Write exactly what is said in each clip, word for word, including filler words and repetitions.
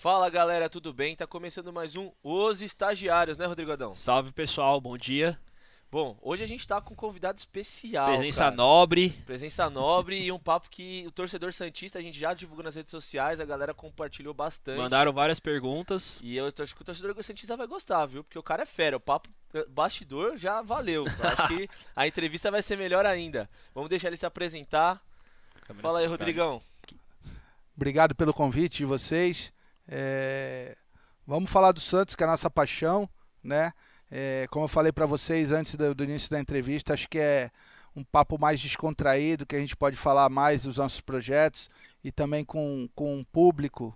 Fala galera, tudo bem? Tá começando mais um Os Estagiários, né, Rodrigo Adão? Salve pessoal, bom dia. Bom, hoje a gente tá com um convidado especial, Presença cara. nobre. Presença nobre e um papo que o torcedor santista a gente já divulgou nas redes sociais, a galera compartilhou bastante. Mandaram várias perguntas. E eu acho que o torcedor santista vai gostar, viu? Porque o cara é fera, o papo eh, bastidor já valeu. Eu acho que a entrevista vai ser melhor ainda. Vamos deixar ele se apresentar. Fala aí, Rodrigão. Obrigado pelo convite de vocês. É, Vamos falar do Santos, que é a nossa paixão, né? É, como eu falei para vocês antes do, do início da entrevista, acho que é um papo mais descontraído, que a gente pode falar mais dos nossos projetos e também com, com um público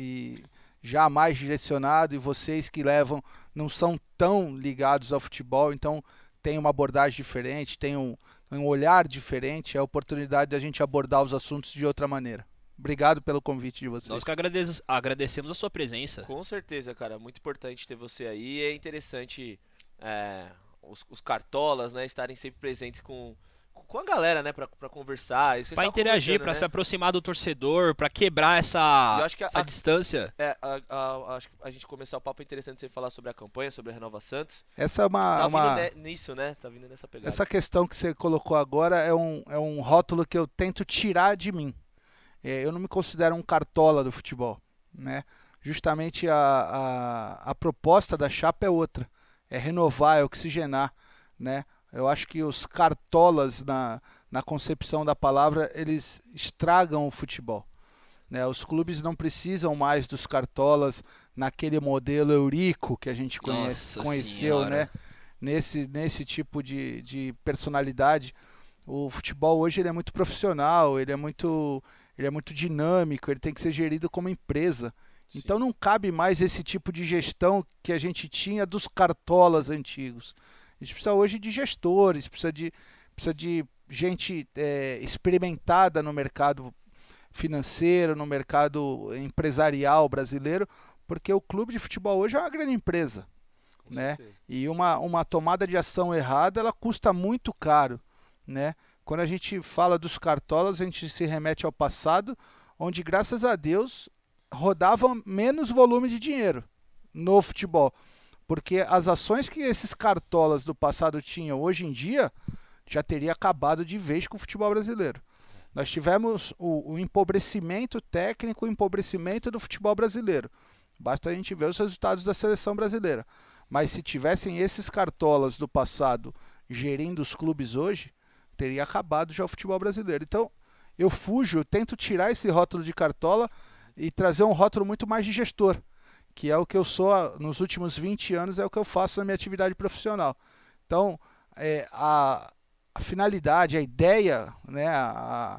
e já mais direcionado, e vocês que levam não são tão ligados ao futebol, então tem uma abordagem diferente, tem um, um olhar diferente, é a oportunidade da gente abordar os assuntos de outra maneira. Obrigado pelo convite de vocês. Nós que agradece- agradecemos a sua presença. Com certeza, cara. Muito importante ter você aí. É interessante é, os, os cartolas, né, estarem sempre presentes com, com a galera, né, pra, pra conversar. Isso que a Pra gente tava interagir, comentando, pra né? se aproximar do torcedor, pra quebrar E essa, eu acho que a- essa a- distância. É, a, a- acho que a gente começar o papo é interessante você falar sobre a campanha, sobre a Renova Santos. Essa é uma, Tá uma- vindo ne- nisso, né? Tá vindo nessa pegada. essa questão que você colocou agora é um, é um rótulo que eu tento tirar de mim. É, eu não me considero um cartola do futebol, né? Justamente a, a, a proposta da chapa é outra, é renovar, é oxigenar, né? Eu acho que os cartolas na, na concepção da palavra, eles estragam o futebol, né? Os clubes não precisam mais dos cartolas naquele modelo eurico que a gente conhece, Nossa conheceu, Senhora. né? Nesse, nesse tipo de, de personalidade. O futebol hoje ele é muito profissional, ele é muito, ele é muito dinâmico, ele tem que ser gerido como empresa. Sim. Então não cabe mais esse tipo de gestão que a gente tinha dos cartolas antigos. A gente precisa hoje de gestores, precisa de, precisa de gente é, experimentada no mercado financeiro, no mercado empresarial brasileiro, porque o clube de futebol hoje é uma grande empresa, Com né? certeza. E uma, uma tomada de ação errada, ela custa muito caro, né? Quando a gente fala dos cartolas, a gente se remete ao passado, onde, graças a Deus, rodava menos volume de dinheiro no futebol. Porque as ações que esses cartolas do passado tinham hoje em dia, já teria acabado de vez com o futebol brasileiro. Nós tivemos o, o empobrecimento técnico, o empobrecimento do futebol brasileiro. Basta a gente ver os resultados da seleção brasileira. Mas se tivessem esses cartolas do passado gerindo os clubes hoje, teria acabado já o futebol brasileiro. Então, eu fujo, eu tento tirar esse rótulo de cartola e trazer um rótulo muito mais de gestor, que é o que eu sou há- nos últimos vinte anos, é o que eu faço na minha atividade profissional. Então, é, a, a finalidade, a ideia, né, a,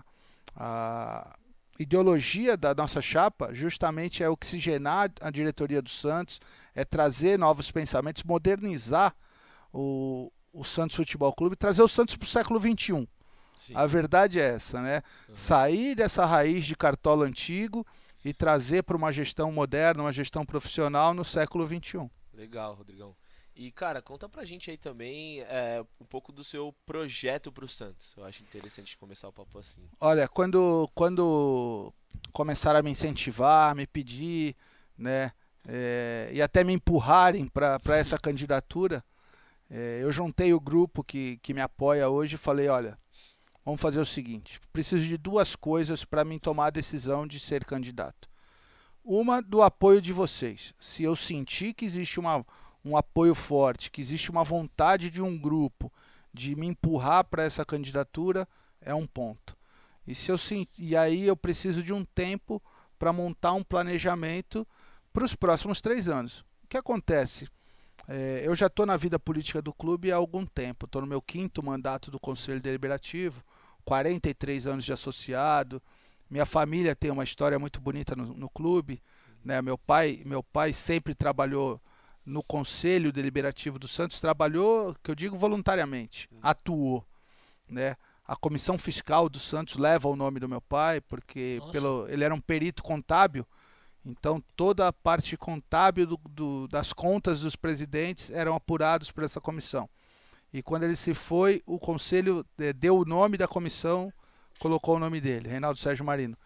a ideologia da nossa chapa justamente é oxigenar a diretoria do Santos, é trazer novos pensamentos, modernizar o, o Santos Futebol Clube, trazer o Santos para o século vinte e um. Sim. A verdade é essa, né? Uhum. Sair dessa raiz de cartola antigo e trazer para uma gestão moderna, uma gestão profissional no século vinte e um. Legal, Rodrigão. E, cara, conta pra gente aí também é, um pouco do seu projeto pro Santos. Eu acho interessante começar o papo assim. Olha, quando, quando começaram a me incentivar, me pedir, né, é, e até me empurrarem para essa candidatura, é, eu juntei o grupo que, que me apoia hoje e falei, olha, vamos fazer o seguinte, preciso de duas coisas para mim tomar a decisão de ser candidato. Uma, do apoio de vocês. Se eu sentir que existe uma, um apoio forte, que existe uma vontade de um grupo de me empurrar para essa candidatura, é um ponto. E, se eu, sen- e aí eu preciso de um tempo para montar um planejamento para os próximos três anos. O que acontece? É, eu já estou na vida política do clube há algum tempo, estou no meu quinto mandato do Conselho Deliberativo, quarenta e três anos de associado, minha família tem uma história muito bonita no, no clube, né? Meu pai, meu pai sempre trabalhou no Conselho Deliberativo do Santos, trabalhou, que eu digo voluntariamente, atuou, né? A comissão fiscal do Santos leva o nome do meu pai, porque Nossa. pelo, ele era um perito contábil, então toda a parte contábil do, do, das contas dos presidentes eram apurados por essa comissão. E quando ele se foi, o conselho eh, deu o nome da comissão, colocou o nome dele, Reinaldo Sérgio Marino.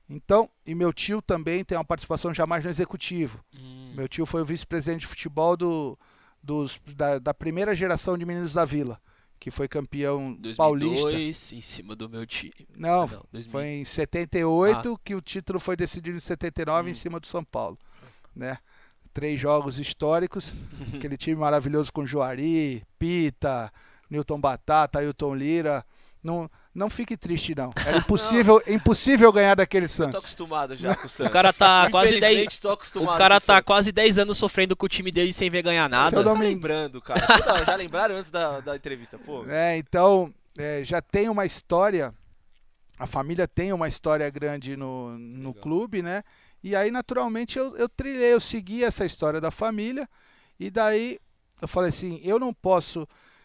Então, e meu tio também tem uma participação já mais no executivo. Hum. Meu tio foi o vice-presidente de futebol do, dos, da, da primeira geração de meninos da Vila, que foi campeão dois mil e dois, paulista. em cima do meu time. Não, Ah, não dois mil. foi em setenta e oito que o título foi decidido em setenta e nove Hum. em cima do São Paulo, né? Três jogos históricos, aquele time maravilhoso com Juari, Pita, Newton Batata, Ailton Lira. Não, não fique triste, não. Era impossível, impossível ganhar daquele Eu tô Santos. acostumado já com o Santos. O cara tá quase dez, Infelizmente, tô acostumado o cara com o tá Santos. quase dez anos sofrendo com o time dele sem ver ganhar nada. Se eu não Tá me- lembrando, cara. Toda hora, já lembraram antes da, da entrevista, pô. É, então, é, já tem uma história, a família tem uma história grande no, no Legal. clube, né? E aí, naturalmente, eu, eu trilhei, eu segui essa história da família, e daí eu falei assim, eu não posso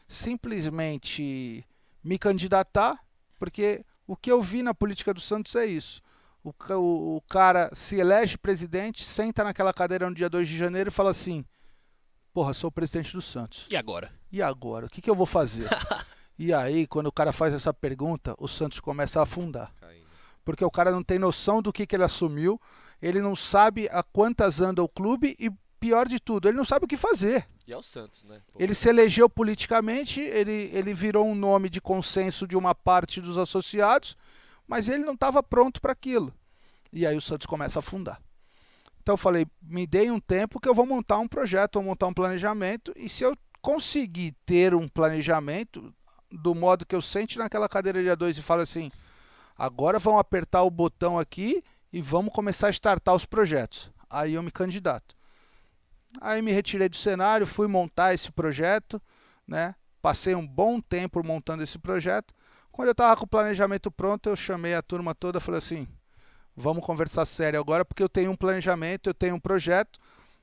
simplesmente me candidatar, porque o que eu vi na política do Santos é isso. O, ca- o, o cara se elege presidente, senta naquela cadeira no dia dois de janeiro e fala assim, porra, sou o presidente do Santos. E agora? E agora? O que, que eu vou fazer? E aí, quando o cara faz essa pergunta, o Santos começa a afundar. Porque o cara não tem noção do que, que ele assumiu, ele não sabe a quantas anda o clube e, pior de tudo, ele não sabe o que fazer. E é o Santos, né? Pô. Ele se elegeu politicamente, ele, ele virou um nome de consenso de uma parte dos associados, mas ele não estava pronto para aquilo. E aí o Santos começa a afundar. Então eu falei, me dei um tempo que eu vou montar um projeto, vou montar um planejamento, e se eu conseguir ter um planejamento do modo que eu sente naquela cadeira dia dois e falo assim, agora vamos apertar o botão aqui e vamos começar a startar os projetos. Aí eu me candidato. Aí me retirei do cenário, fui montar esse projeto, né? Passei um bom tempo montando esse projeto. Quando eu estava com o planejamento pronto, eu chamei a turma toda e falei assim, vamos conversar sério agora, porque eu tenho um planejamento, eu tenho um projeto,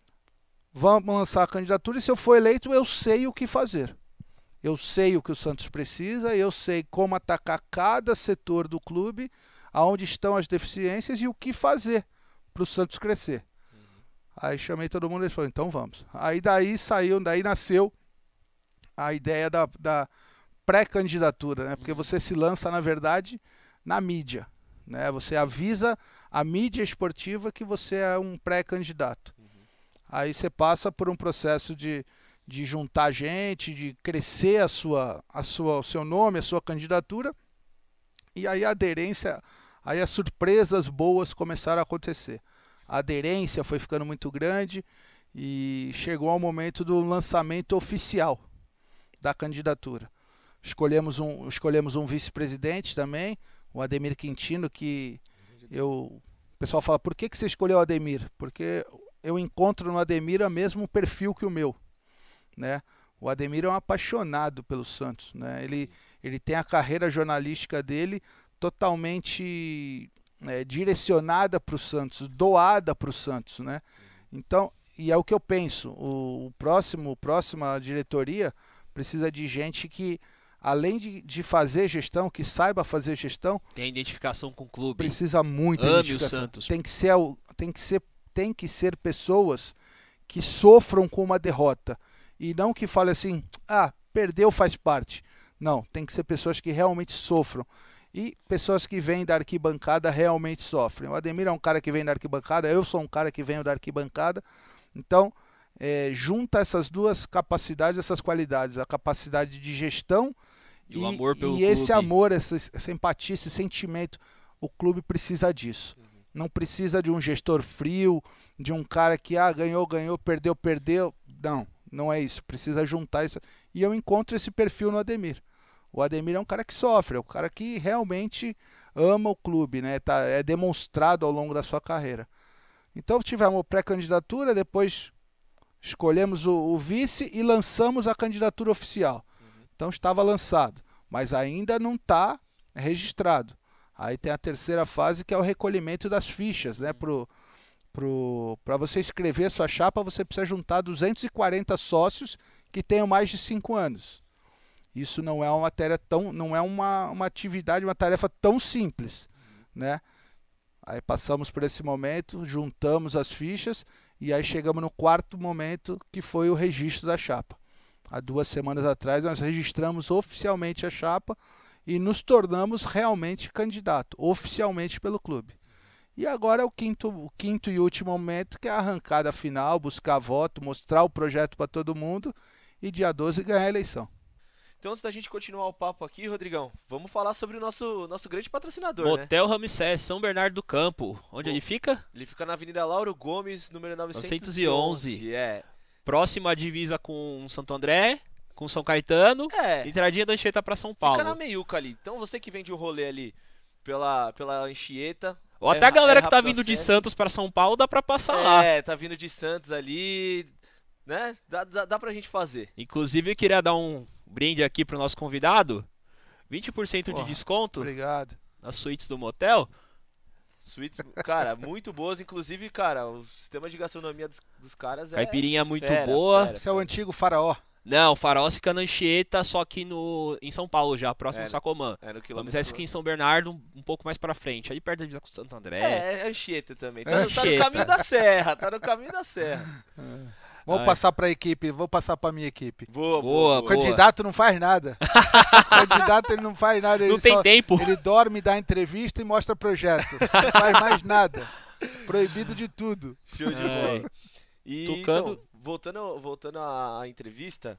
vamos lançar a candidatura e se eu for eleito, eu sei o que fazer. Eu sei o que o Santos precisa, eu sei como atacar cada setor do clube, aonde estão as deficiências e o que fazer para o Santos crescer. Aí chamei todo mundo e eles falaram, então vamos. Aí daí saiu, daí nasceu a ideia da, da pré-candidatura, né? Porque você se lança, na verdade, na mídia, né? Você avisa a mídia esportiva que você é um pré-candidato. Aí você passa por um processo de, de juntar gente, de crescer a sua, a sua, o seu nome, a sua candidatura, e aí a aderência, aí as surpresas boas começaram a acontecer. A aderência foi ficando muito grande e chegou ao momento do lançamento oficial da candidatura. Escolhemos um, escolhemos um vice-presidente também, o Ademir Quintino, que eu, o pessoal fala, por que, que você escolheu o Ademir? Porque eu encontro no Ademir o mesmo perfil que o meu, né? O Ademir é um apaixonado pelo Santos, né? Ele, ele tem a carreira jornalística dele totalmente é, direcionada para o Santos, doada para o Santos, né? Então, e é o que eu penso, o, o próximo, próxima diretoria precisa de gente que, além de, de fazer gestão, que saiba fazer gestão, Tem a identificação com o clube. precisa muito Ame o identificação. Santos. Tem que ser, al- tem que ser, tem que ser pessoas que sofram com uma derrota e não que fale assim, ah, perdeu, faz parte. Não, tem que ser pessoas que realmente sofram. E pessoas que vêm da arquibancada realmente sofrem. O Ademir é um cara que vem da arquibancada, eu sou um cara que venho da arquibancada. Então, é, junta essas duas capacidades, essas qualidades, a capacidade de gestão E o amor pelo e esse clube. amor, essa, essa empatia, esse sentimento. O clube precisa disso. Não precisa de um gestor frio, de um cara que ah, ganhou, ganhou, perdeu, perdeu. Não, não é isso. Precisa juntar isso. E eu encontro esse perfil no Ademir. O Ademir é um cara que sofre, é um cara que realmente ama o clube, né? Tá, é demonstrado ao longo da sua carreira. Então tivemos pré-candidatura, depois escolhemos o, o vice e lançamos a candidatura oficial. Então estava lançado, mas ainda não está registrado. Aí tem a terceira fase, que é o recolhimento das fichas, né? Pro, pro, para você escrever a sua chapa, você precisa juntar duzentos e quarenta sócios que tenham mais de cinco anos. Isso não é uma matéria tão, não é uma, uma atividade, uma tarefa tão simples, né? Aí passamos por esse momento, juntamos as fichas e aí chegamos no quarto momento, que foi o registro da chapa. Há duas semanas atrás nós registramos oficialmente a chapa e nos tornamos realmente candidato, oficialmente pelo clube. E agora é o quinto, o quinto e último momento, que é a arrancada final, buscar voto, mostrar o projeto para todo mundo e dia doze ganhar a eleição. Então, antes da gente continuar o papo aqui, Rodrigão, vamos falar sobre o nosso, nosso grande patrocinador, né? Motel Ramsés, São Bernardo do Campo. Onde Bom, ele fica? Ele fica na Avenida Lauro Gomes, número novecentos e novecentos e onze. É. Próximo à divisa com Santo André, com São Caetano. É. Entradinha da Anchieta pra São Paulo. Fica na meiuca ali. Então, você que vende o rolê ali pela, pela Anchieta... Ou é até a galera é que tá rápido vindo de acesso. Santos pra São Paulo, dá pra passar lá. É, tá vindo de Santos ali, né? Dá, dá, dá pra gente fazer. Inclusive, eu queria dar um brinde aqui pro nosso convidado. vinte por cento de Porra, desconto Obrigado. nas suítes do motel. Suítes, cara, muito boas. Inclusive, cara, o sistema de gastronomia dos, dos caras é Caipirinha muito fera, boa. fera, Esse é o fera. antigo faraó. Não, o Faroz fica na Anchieta, só que no, em São Paulo já, próximo É, do Sacomã. É, no O quilômetro... Ramsés fica em São Bernardo, um, um pouco mais pra frente, ali perto da divisa com Santo André. É, é Anchieta também. Tá, É no- tá no Anchieta. caminho da serra, tá no caminho da serra. Vamos Ai. passar para a equipe, vou passar para minha equipe. Boa, Boa, boa, O boa. boa. candidato não faz nada. O candidato ele não faz nada. Ele Não tem só, tempo. Ele dorme, dá entrevista e mostra projeto. Não faz mais nada. Proibido de tudo. Show de Ai. bola. E, Tocando- então, voltando, voltando à, à entrevista,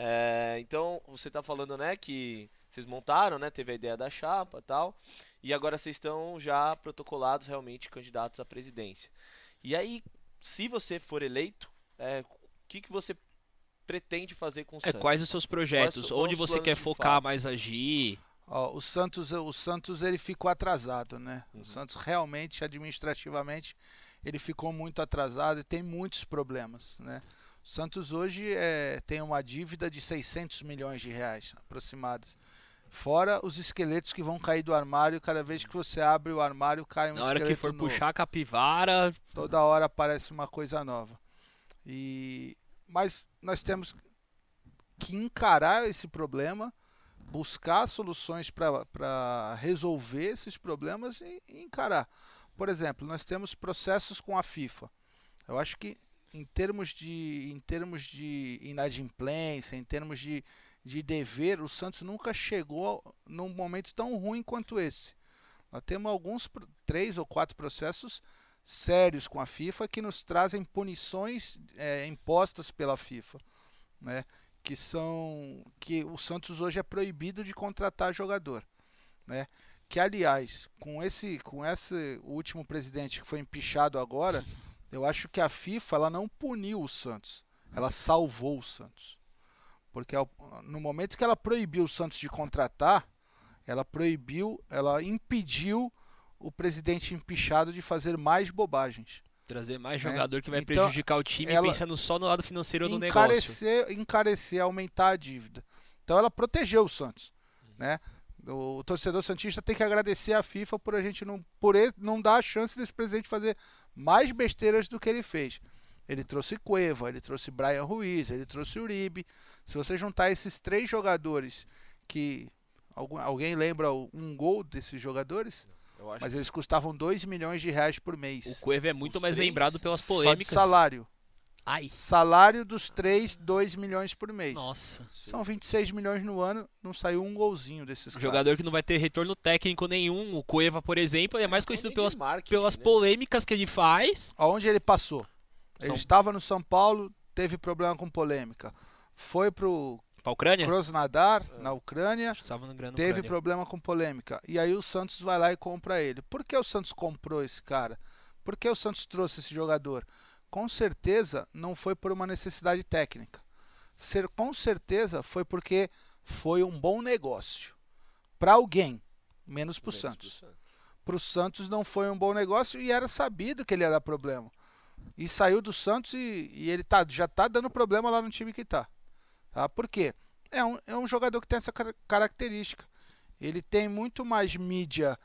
é, então você tá falando, né, que vocês montaram, né, teve a ideia da chapa e tal, e agora vocês estão já protocolados realmente candidatos à presidência. E aí, se você for eleito, é, o que, que você pretende fazer com o É, Santos? quais os seus projetos? Quais são Onde os você planos quer de focar fato? mais agir? Ó, o Santos, o Santos ele ficou atrasado, né? Uhum. O Santos realmente, administrativamente, ele ficou muito atrasado e tem muitos problemas, né? O Santos hoje é, tem uma dívida de seiscentos milhões de reais aproximados. Fora os esqueletos que vão cair do armário, cada vez que você abre o armário cai um Na hora esqueleto que for novo. puxar a capivara, Toda hora aparece uma coisa nova. E mas nós temos que encarar esse problema, buscar soluções para resolver esses problemas e, e encarar. Por exemplo, nós temos processos com a FIFA. Eu acho que em termos de, em termos de inadimplência, em termos de, de dever, o Santos nunca chegou num momento tão ruim quanto esse. Nós temos alguns, pro- três ou quatro processos sérios com a FIFA que nos trazem punições é, impostas pela FIFA, né? Que são que o Santos hoje é proibido de contratar jogador, né? Que aliás, com esse com esse último presidente que foi empichado agora, eu acho que a FIFA ela não puniu o Santos, ela salvou o Santos. Porque ao- no momento que ela proibiu o Santos de contratar, ela proibiu, ela impediu o presidente empichado de fazer mais bobagens. trazer mais É, jogador que vai então, prejudicar o time ela- pensando só no lado financeiro do negócio. encarecer, encarecer, aumentar a dívida. Então ela protegeu o Santos, né? O, o torcedor santista tem que agradecer a FIFA por a gente não por ele, não dar a chance desse presidente fazer mais besteiras do que ele fez. Ele trouxe Cueva, ele trouxe Brian Ruiz, ele trouxe Uribe. Se você juntar esses três jogadores que algum, alguém lembra um gol desses jogadores? Eu acho Mas eles custavam dois milhões de reais por mês. O Cueva é muito Os mais três, lembrado pelas Só de polêmicas. salário. Ai, Salário dos três, dois milhões por mês. nossa. que São vinte e seis milhões no ano, não saiu um golzinho desses Um caras. jogador que não vai ter retorno técnico nenhum. O Cueva, por exemplo, ele é mais conhecido nem pelas, de marketing, pelas né? polêmicas que ele faz. Aonde ele passou? Ele São- estava no São Paulo, teve problema com polêmica. Foi pro Pra Ucrânia? Krasnodar, É. na Ucrânia, Estava no grande teve Ucrânia. problema com polêmica. E aí o Santos vai lá e compra ele. Por que o Santos comprou esse cara? Por que o Santos trouxe esse jogador? Com certeza não foi por uma necessidade técnica. Ser, com certeza foi porque foi um bom negócio. Para alguém, menos para o Menos Santos. pro Santos. Para o Santos não foi um bom negócio e era sabido que ele ia dar problema. E saiu do Santos e, e ele tá, já está dando problema lá no time que está. Tá? Por quê? É um, é um jogador que tem essa car- característica. Ele tem muito mais mídia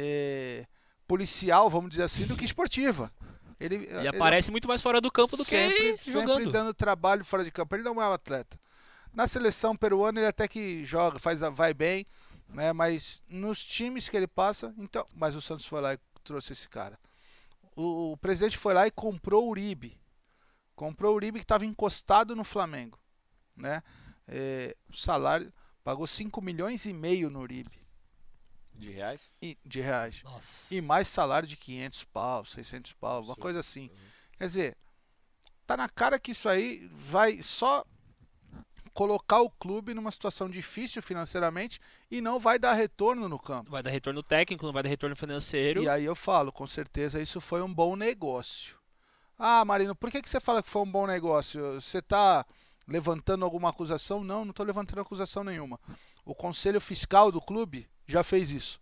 eh, policial, vamos dizer assim, do que esportiva. Ele, Ele aparece muito mais fora do campo do sempre, que jogando. sempre dando trabalho fora de campo. Ele não é um atleta. Na seleção peruana ele até que joga, faz, a- vai bem, né? Mas nos times que ele passa, então, mas o Santos foi lá e trouxe esse cara. O, o presidente foi lá e comprou o Uribe. Comprou o Uribe que estava encostado no Flamengo, né? É, o salário pagou cinco milhões e meio no Uribe. De reais? e- de reais. Nossa. E mais salário de quinhentos pau, seiscentos pau, uma Absurdo. coisa assim. Uhum. Quer dizer, tá na cara que isso aí vai só colocar o clube numa situação difícil financeiramente e não vai dar retorno no campo. Não vai dar retorno técnico, não vai dar retorno financeiro. E aí eu falo, com certeza isso foi um bom negócio. Ah, Marino, por que, que você fala que foi um bom negócio? Você está levantando alguma acusação? Não, não estou levantando acusação nenhuma. O Conselho Fiscal do clube já fez isso.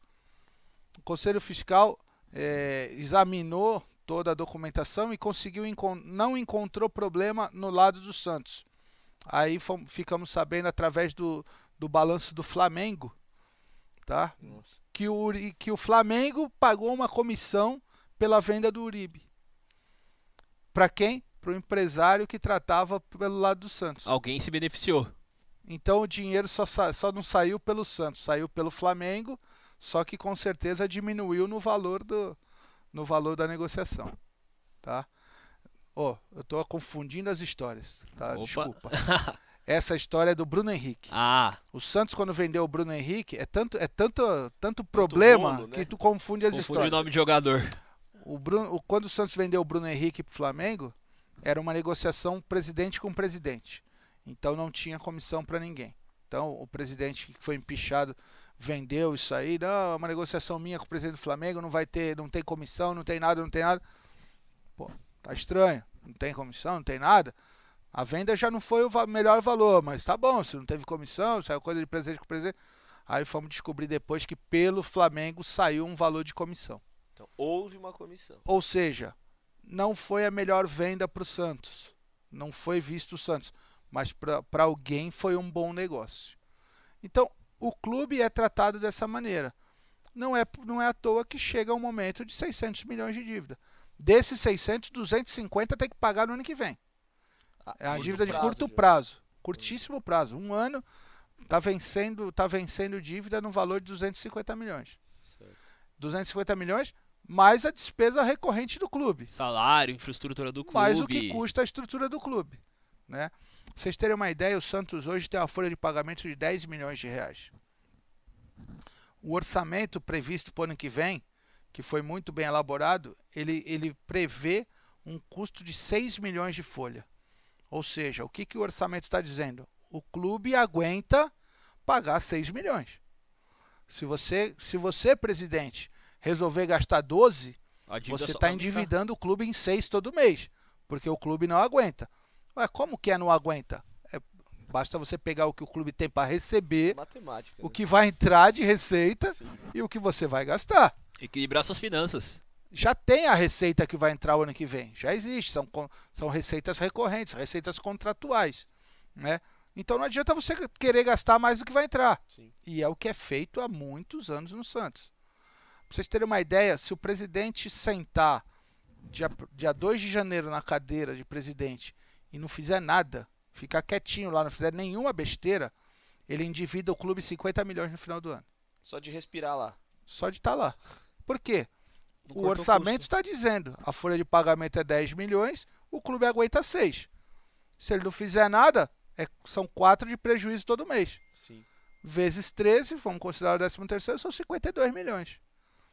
O Conselho Fiscal é, examinou toda a documentação e conseguiu encon não encontrou problema no lado do Santos. Aí fomos, ficamos sabendo através do, do balanço do Flamengo, tá? Nossa. Que o, Uri- que o Flamengo pagou uma comissão pela venda do Uribe. Para quem? Para o empresário que tratava pelo lado do Santos. Alguém se beneficiou. Então o dinheiro só, sa- só não saiu pelo Santos, saiu pelo Flamengo, só que com certeza diminuiu no valor, do, no valor da negociação. Tá? Ó, eu estou confundindo as histórias, tá? Opa. Desculpa. Essa história é do Bruno Henrique. Ah, O Santos, quando vendeu o Bruno Henrique, é tanto, é tanto, tanto problema rolo, né? que tu confunde as confunde o histórias. nome de jogador. O Bruno, o- quando o Santos vendeu o Bruno Henrique para o Flamengo, era uma negociação presidente com presidente. Então não tinha comissão para ninguém. Então o presidente que foi empichado vendeu isso aí. Não, é uma negociação minha com o presidente do Flamengo, não vai ter, não tem comissão, não tem nada, não tem nada. Pô, tá estranho. Não tem comissão, não tem nada. A venda já não foi o va- melhor valor, mas tá bom, se não teve comissão, saiu coisa de presente com presente. Aí fomos descobrir depois que pelo Flamengo saiu um valor de comissão. Então, houve uma comissão. Ou seja, não foi a melhor venda para o Santos. Não foi visto o Santos. Mas para alguém foi um bom negócio. Então, o clube é tratado dessa maneira. Não é, não é à toa que chega um momento de seiscentos milhões de dívida. Desses seiscentos, duzentos e cinquenta tem que pagar no ano que vem. Ah, É uma curto dívida de prazo curto já. prazo. Curtíssimo prazo. Um ano está vencendo, tá vencendo dívida no valor de duzentos e cinquenta milhões. Certo. duzentos e cinquenta milhões mais a despesa recorrente do clube. Salário, infraestrutura do clube. Mais o que custa a estrutura do clube. Né? Pra vocês terem uma ideia, o Santos hoje tem uma folha de pagamento de dez milhões de reais. O orçamento previsto para o ano que vem, que foi muito bem elaborado, ele, ele prevê um custo de seis milhões de folha. Ou seja, o que, que o orçamento está dizendo? O clube aguenta pagar seis milhões. Se você, se você, presidente, resolver gastar doze, A dívida você só está vai aumentar. endividando o clube em seis todo mês, porque o clube não aguenta. Ué, como que é não aguenta? É, basta você pegar o que o clube tem para receber, Matemática. o né? que vai entrar de receita Sim. e o que você vai gastar. Equilibrar suas finanças. Já tem a receita que vai entrar o ano que vem, já existe, são, con- são receitas recorrentes, receitas contratuais, né? Então não adianta você querer gastar mais do que vai entrar. Sim. E é o que é feito há muitos anos no Santos. Pra vocês terem uma ideia, se o presidente sentar dia, dia dois de janeiro na cadeira de presidente e não fizer nada, ficar quietinho lá, não fizer nenhuma besteira, ele endivida o clube cinquenta milhões no final do ano. Só de respirar lá. Só de estar lá. Por quê? Não O cortou orçamento custo. está dizendo, a folha de pagamento é dez milhões, o clube aguenta seis. Se ele não fizer nada, é- são quatro de prejuízo todo mês. Sim. Vezes treze, vamos considerar o décimo terceiro, são cinquenta e dois milhões.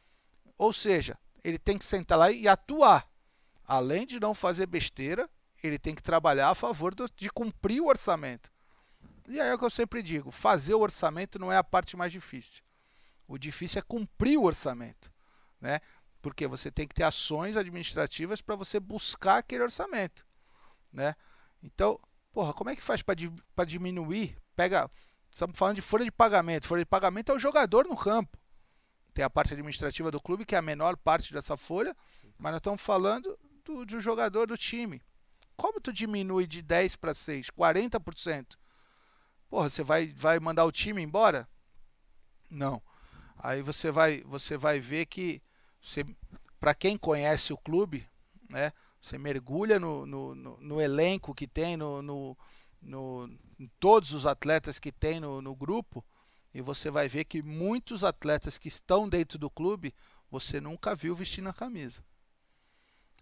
Ou seja, ele tem que sentar lá e atuar. Além de não fazer besteira, ele tem que trabalhar a favor do- de cumprir o orçamento. E aí é o que eu sempre digo, fazer o orçamento não é a parte mais difícil. O difícil é cumprir o orçamento, né? Porque você tem que ter ações administrativas para você buscar aquele orçamento, né? Então, porra, como é que faz para diminuir? Pega, estamos falando de folha de pagamento. Folha de pagamento é o jogador no campo. Tem a parte administrativa do clube, que é a menor parte dessa folha, mas nós estamos falando do, do jogador do time. Como tu diminui de dez para seis, quarenta por cento? Porra, você vai, vai mandar o time embora? Não. Aí você vai, você vai ver que, para quem conhece o clube, né, você mergulha no, no, no, no elenco que tem, no, no, no, em todos os atletas que tem no, no grupo, e você vai ver que muitos atletas que estão dentro do clube, você nunca viu vestindo a camisa.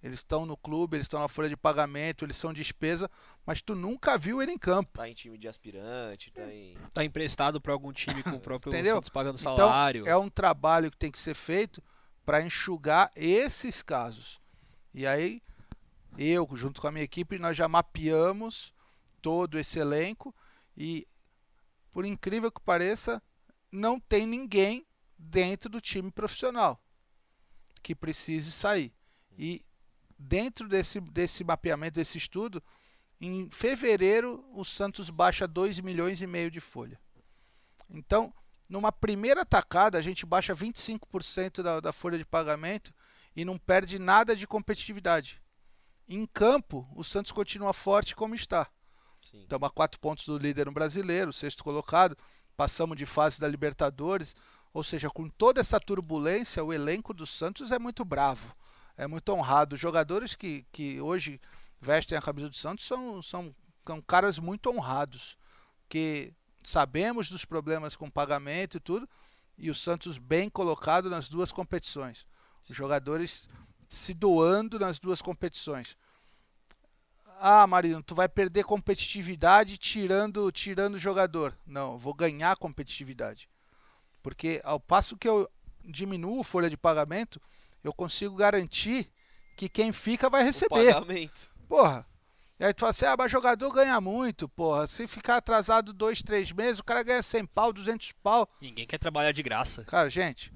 Eles estão no clube, eles estão na folha de pagamento, eles são despesa, mas tu nunca viu ele em campo. Tá em time de aspirante, tá em... Tá emprestado para algum time com o próprio Entendeu? Santos pagando Então, salário. é um trabalho que tem que ser feito para enxugar esses casos. E aí, eu, junto com a minha equipe, nós já mapeamos todo esse elenco e, por incrível que pareça, não tem ninguém dentro do time profissional que precise sair. E dentro desse, desse mapeamento, desse estudo, em fevereiro o Santos baixa dois milhões e meio de folha. Então, numa primeira tacada, a gente baixa vinte e cinco por cento da, da folha de pagamento e não perde nada de competitividade. Em campo, o Santos continua forte como está. Sim. Estamos a quatro pontos do líder no Brasileiro, sexto colocado, passamos de fase da Libertadores, ou seja, com toda essa turbulência, o elenco do Santos é muito bravo, é muito honrado. Os jogadores que, que hoje vestem a camisa do Santos são, são, são caras muito honrados, que sabemos dos problemas com pagamento e tudo, e o Santos bem colocado nas duas competições. Os jogadores se doando nas duas competições. Ah, Marino, tu vai perder competitividade tirando tirando o jogador. Não, eu vou ganhar competitividade. Porque ao passo que eu diminuo a folha de pagamento, eu consigo garantir que quem fica vai receber. O pagamento. Porra. E aí tu fala assim, ah, mas jogador ganha muito, porra. Se ficar atrasado dois, três meses, o cara ganha cem pau, duzentos pau. Ninguém quer trabalhar de graça. Cara, gente,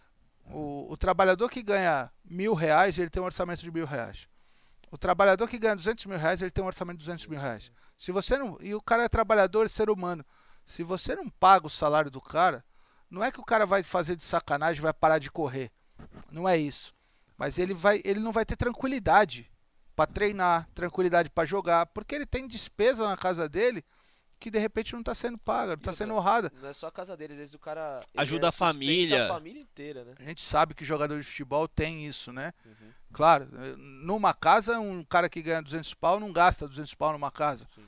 o, o trabalhador que ganha mil reais, ele tem um orçamento de mil reais. O trabalhador que ganha duzentos mil reais, ele tem um orçamento de duzentos mil reais. Se você não, e o cara é trabalhador, ser humano. Se você não paga o salário do cara, não é que o cara vai fazer de sacanagem, vai parar de correr. Não é isso. Mas ele, vai, ele não vai ter tranquilidade para treinar, tranquilidade para jogar, porque ele tem despesa na casa dele que de repente não está sendo paga, não está sendo honrada. Não é só a casa dele, às vezes o cara ajuda a família. a família inteira, né? A gente sabe que jogador de futebol tem isso, né? Uhum. Claro, numa casa, um cara que ganha duzentos pau não gasta duzentos pau numa casa. Sim.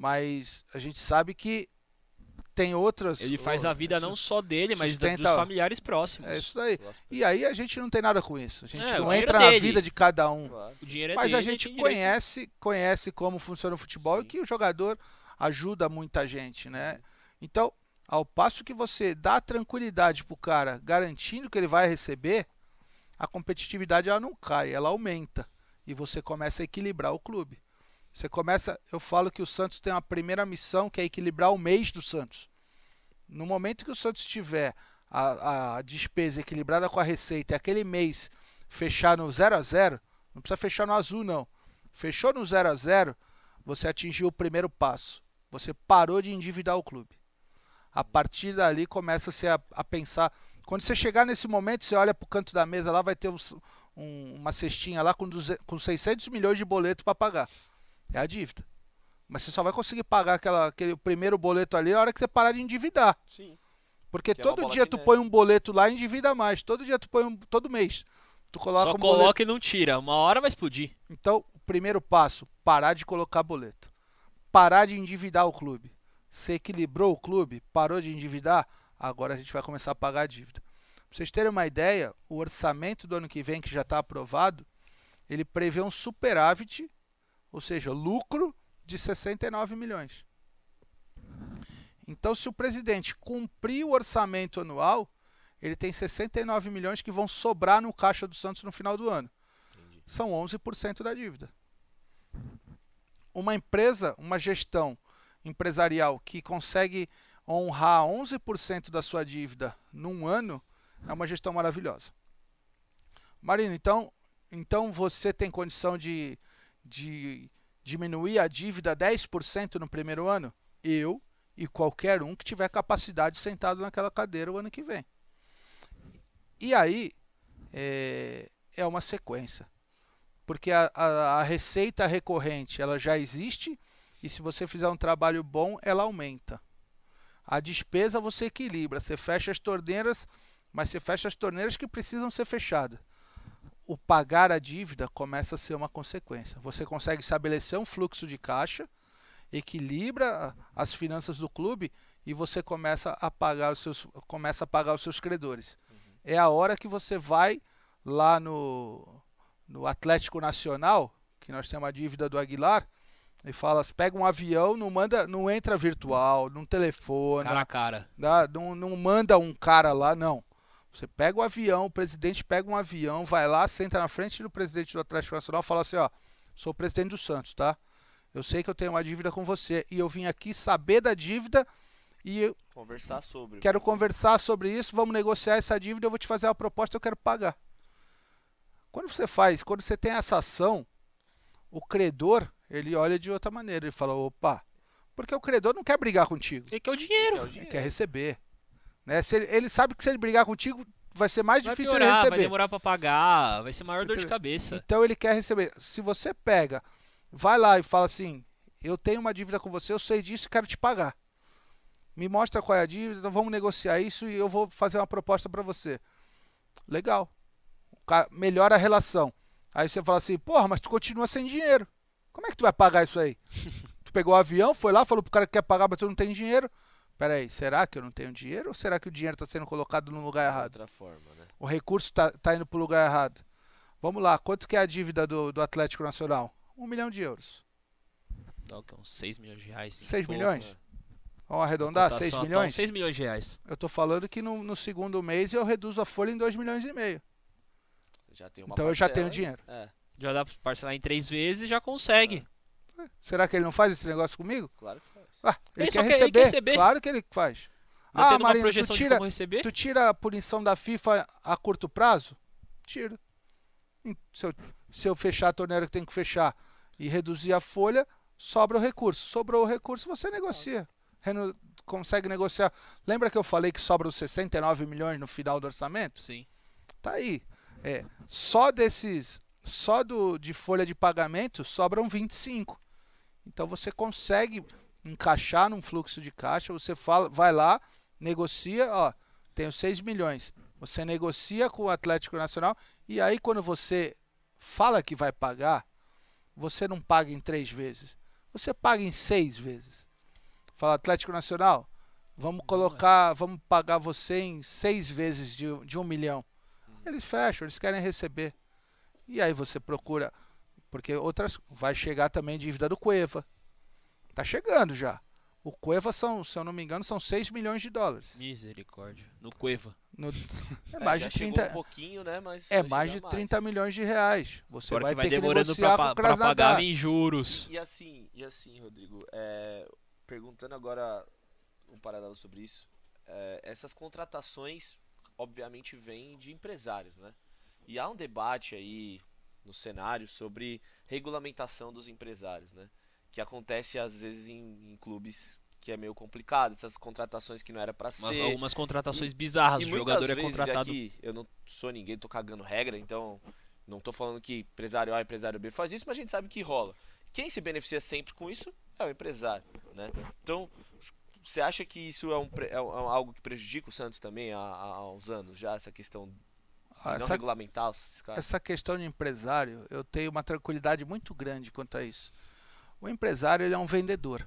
Mas a gente sabe que tem outras... Ele faz a vida não só dele, mas sustenta- dos familiares próximos. É isso aí. E aí a gente não tem nada com isso. A gente É, o não dinheiro entra é na dele. vida de cada um. Claro. O dinheiro é Mas dele, a ele gente tem direito. conhece, conhece como funciona o futebol Sim. e que o jogador ajuda muita gente, né? Então, ao passo que você dá tranquilidade pro cara, garantindo que ele vai receber, a competitividade ela não cai, ela aumenta. E você começa a equilibrar o clube. Você começa, eu falo que o Santos tem uma primeira missão que é equilibrar o mês do Santos. No momento que o Santos tiver a, a despesa equilibrada com a receita e aquele mês fechar no zero a zero, não precisa fechar no azul não. Fechou no zero a zero, você atingiu o primeiro passo. Você parou de endividar o clube. A partir dali começa-se a, a pensar. Quando você chegar nesse momento, você olha para o canto da mesa lá, vai ter um, um, uma cestinha lá com, duzentos, com seiscentos milhões de boleto para pagar. É a dívida. Mas você só vai conseguir pagar aquela, aquele primeiro boleto ali na hora que você parar de endividar. Sim. Porque Que é uma todo bola dia de tu neve. põe um boleto lá e endivida mais. Todo dia tu põe um. Todo mês. Tu coloca Só um boleto. coloca e não tira. Uma hora vai explodir. Então, o primeiro passo, parar de colocar boleto. Parar de endividar o clube. Você equilibrou o clube, parou de endividar, agora a gente vai começar a pagar a dívida. Para vocês terem uma ideia, o orçamento do ano que vem, que já está aprovado, ele prevê um superávit, ou seja, lucro de sessenta e nove milhões. Então, se o presidente cumprir o orçamento anual, ele tem sessenta e nove milhões que vão sobrar no caixa do Santos no final do ano. Entendi. São onze por cento da dívida. Uma empresa, uma gestão empresarial que consegue honrar onze por cento da sua dívida num ano, é uma gestão maravilhosa. Marino, então, então você tem condição de, de diminuir a dívida dez por cento no primeiro ano? Eu e qualquer um que tiver capacidade sentado naquela cadeira o ano que vem. E aí, é, é uma sequência. Porque a, a, a receita recorrente ela já existe e se você fizer um trabalho bom, ela aumenta. A despesa você equilibra, você fecha as torneiras, mas você fecha as torneiras que precisam ser fechadas. O pagar a dívida começa a ser uma consequência. Você consegue estabelecer um fluxo de caixa, equilibra as finanças do clube e você começa a pagar os seus, começa a pagar os seus credores. Uhum. É a hora que você vai lá no, no Atlético Nacional, que nós temos a dívida do Aguilar, ele fala, pega um avião, não manda, não entra virtual, não telefona, Cara a cara. dá- não, não manda um cara lá, não. Você pega o avião, o presidente pega um avião, vai lá, senta na frente do presidente do Atlético Nacional e fala assim, ó, sou o presidente do Santos, tá? Eu sei que eu tenho uma dívida com você e eu vim aqui saber da dívida e eu Conversar sobre. quero conversar sobre isso, vamos negociar essa dívida, eu vou te fazer uma proposta, eu quero pagar. Quando você faz, quando você tem essa ação, o credor, ele olha de outra maneira, ele fala, opa, porque o credor não quer brigar contigo, Ele quer o dinheiro. É o ele dinheiro. quer receber. Né? Se ele, ele sabe que se ele brigar contigo, vai ser mais Vai difícil piorar, ele vai receber. demorar pra pagar, vai ser maior Você dor de entendeu? cabeça. Então ele quer receber. Se você pega, vai lá e fala assim, eu tenho uma dívida com você, eu sei disso e quero te pagar. Me mostra qual é a dívida, então vamos negociar isso e eu vou fazer uma proposta para você. Legal. O cara melhora a relação. Aí você fala assim, porra, mas tu continua sem dinheiro. Como é que tu vai pagar isso aí? Tu pegou o avião, foi lá, falou pro cara que quer pagar, mas tu não tem dinheiro. Pera aí, será que eu não tenho dinheiro ou será que o dinheiro está sendo colocado no lugar De errado? outra forma, né? O recurso está tá indo para o lugar errado. Vamos lá, quanto que é a dívida do, do Atlético Nacional? Um milhão de euros. Dá o quê? Uns seis milhões de reais. cinco Seis e pouco, milhões? né? Vamos arredondar? Cotação seis atual, milhões? seis milhões de reais. Eu tô falando que no, no segundo mês eu reduzo a folha em dois milhões e meio. Você já tem uma Então eu já parcela, tenho dinheiro. É, Já dá pra parcelar em três vezes e já consegue. Será que ele não faz esse negócio comigo? claro que faz. Ah, ele, Ele quer só quer- ele receber. quer receber. Claro que ele faz. Não Ah, tendo uma Marino, tu projeção de tira, como receber? tu tira a punição da FIFA a curto prazo? Tira. Em- Se eu, se eu fechar a torneira que tem que fechar e reduzir a folha, sobra o recurso. Sobrou o recurso, você negocia. Reno- consegue negociar. Lembra que eu falei que sobra os sessenta e nove milhões no final do orçamento? Sim. Tá aí. É, só desses, só do, de folha de pagamento sobram vinte e cinco. Então você consegue encaixar num fluxo de caixa, você fala, vai lá, negocia, ó, tenho seis milhões. Você negocia com o Atlético Nacional e aí quando você fala que vai pagar, você não paga em três vezes. Você paga em seis vezes. Fala, Atlético Nacional, vamos colocar, vamos pagar você em seis vezes de, de um milhão. Eles fecham, eles querem receber. E aí você procura, porque outras, vai chegar também dívida do Cueva. Tá chegando já. O Cueva são, se eu não me engano, são seis milhões de dólares. Misericórdia. No Cueva. No- é É, mais já de chegou trinta, um pouquinho, né? Mas é vai mais chegar de trinta milhões de reais. Você Agora vai que vai ter que demorando negociar pra, com o pa- pra pagar Krasnodar. em juros. E assim, e assim, Rodrigo, é, perguntando agora um paralelo sobre isso, é, essas contratações obviamente vêm de empresários, né? E há um debate aí no cenário sobre regulamentação dos empresários, né? Que acontece às vezes em, em clubes que é meio complicado, essas contratações que não era pra Mas ser. algumas contratações E- bizarras. E O muitas jogador é vezes contratado. aqui, eu não sou ninguém, tô cagando regra, então não tô falando que empresário A e empresário B faz isso, mas a gente sabe que rola. Quem se beneficia sempre com isso é o empresário, né? Então, você acha que isso é, um, pre- é um- é algo que prejudica o Santos também há, há uns anos já, essa questão de Ah, não essa, regulamentar esses caras? essa questão de empresário, eu tenho uma tranquilidade muito grande quanto a isso. O empresário, ele é um vendedor.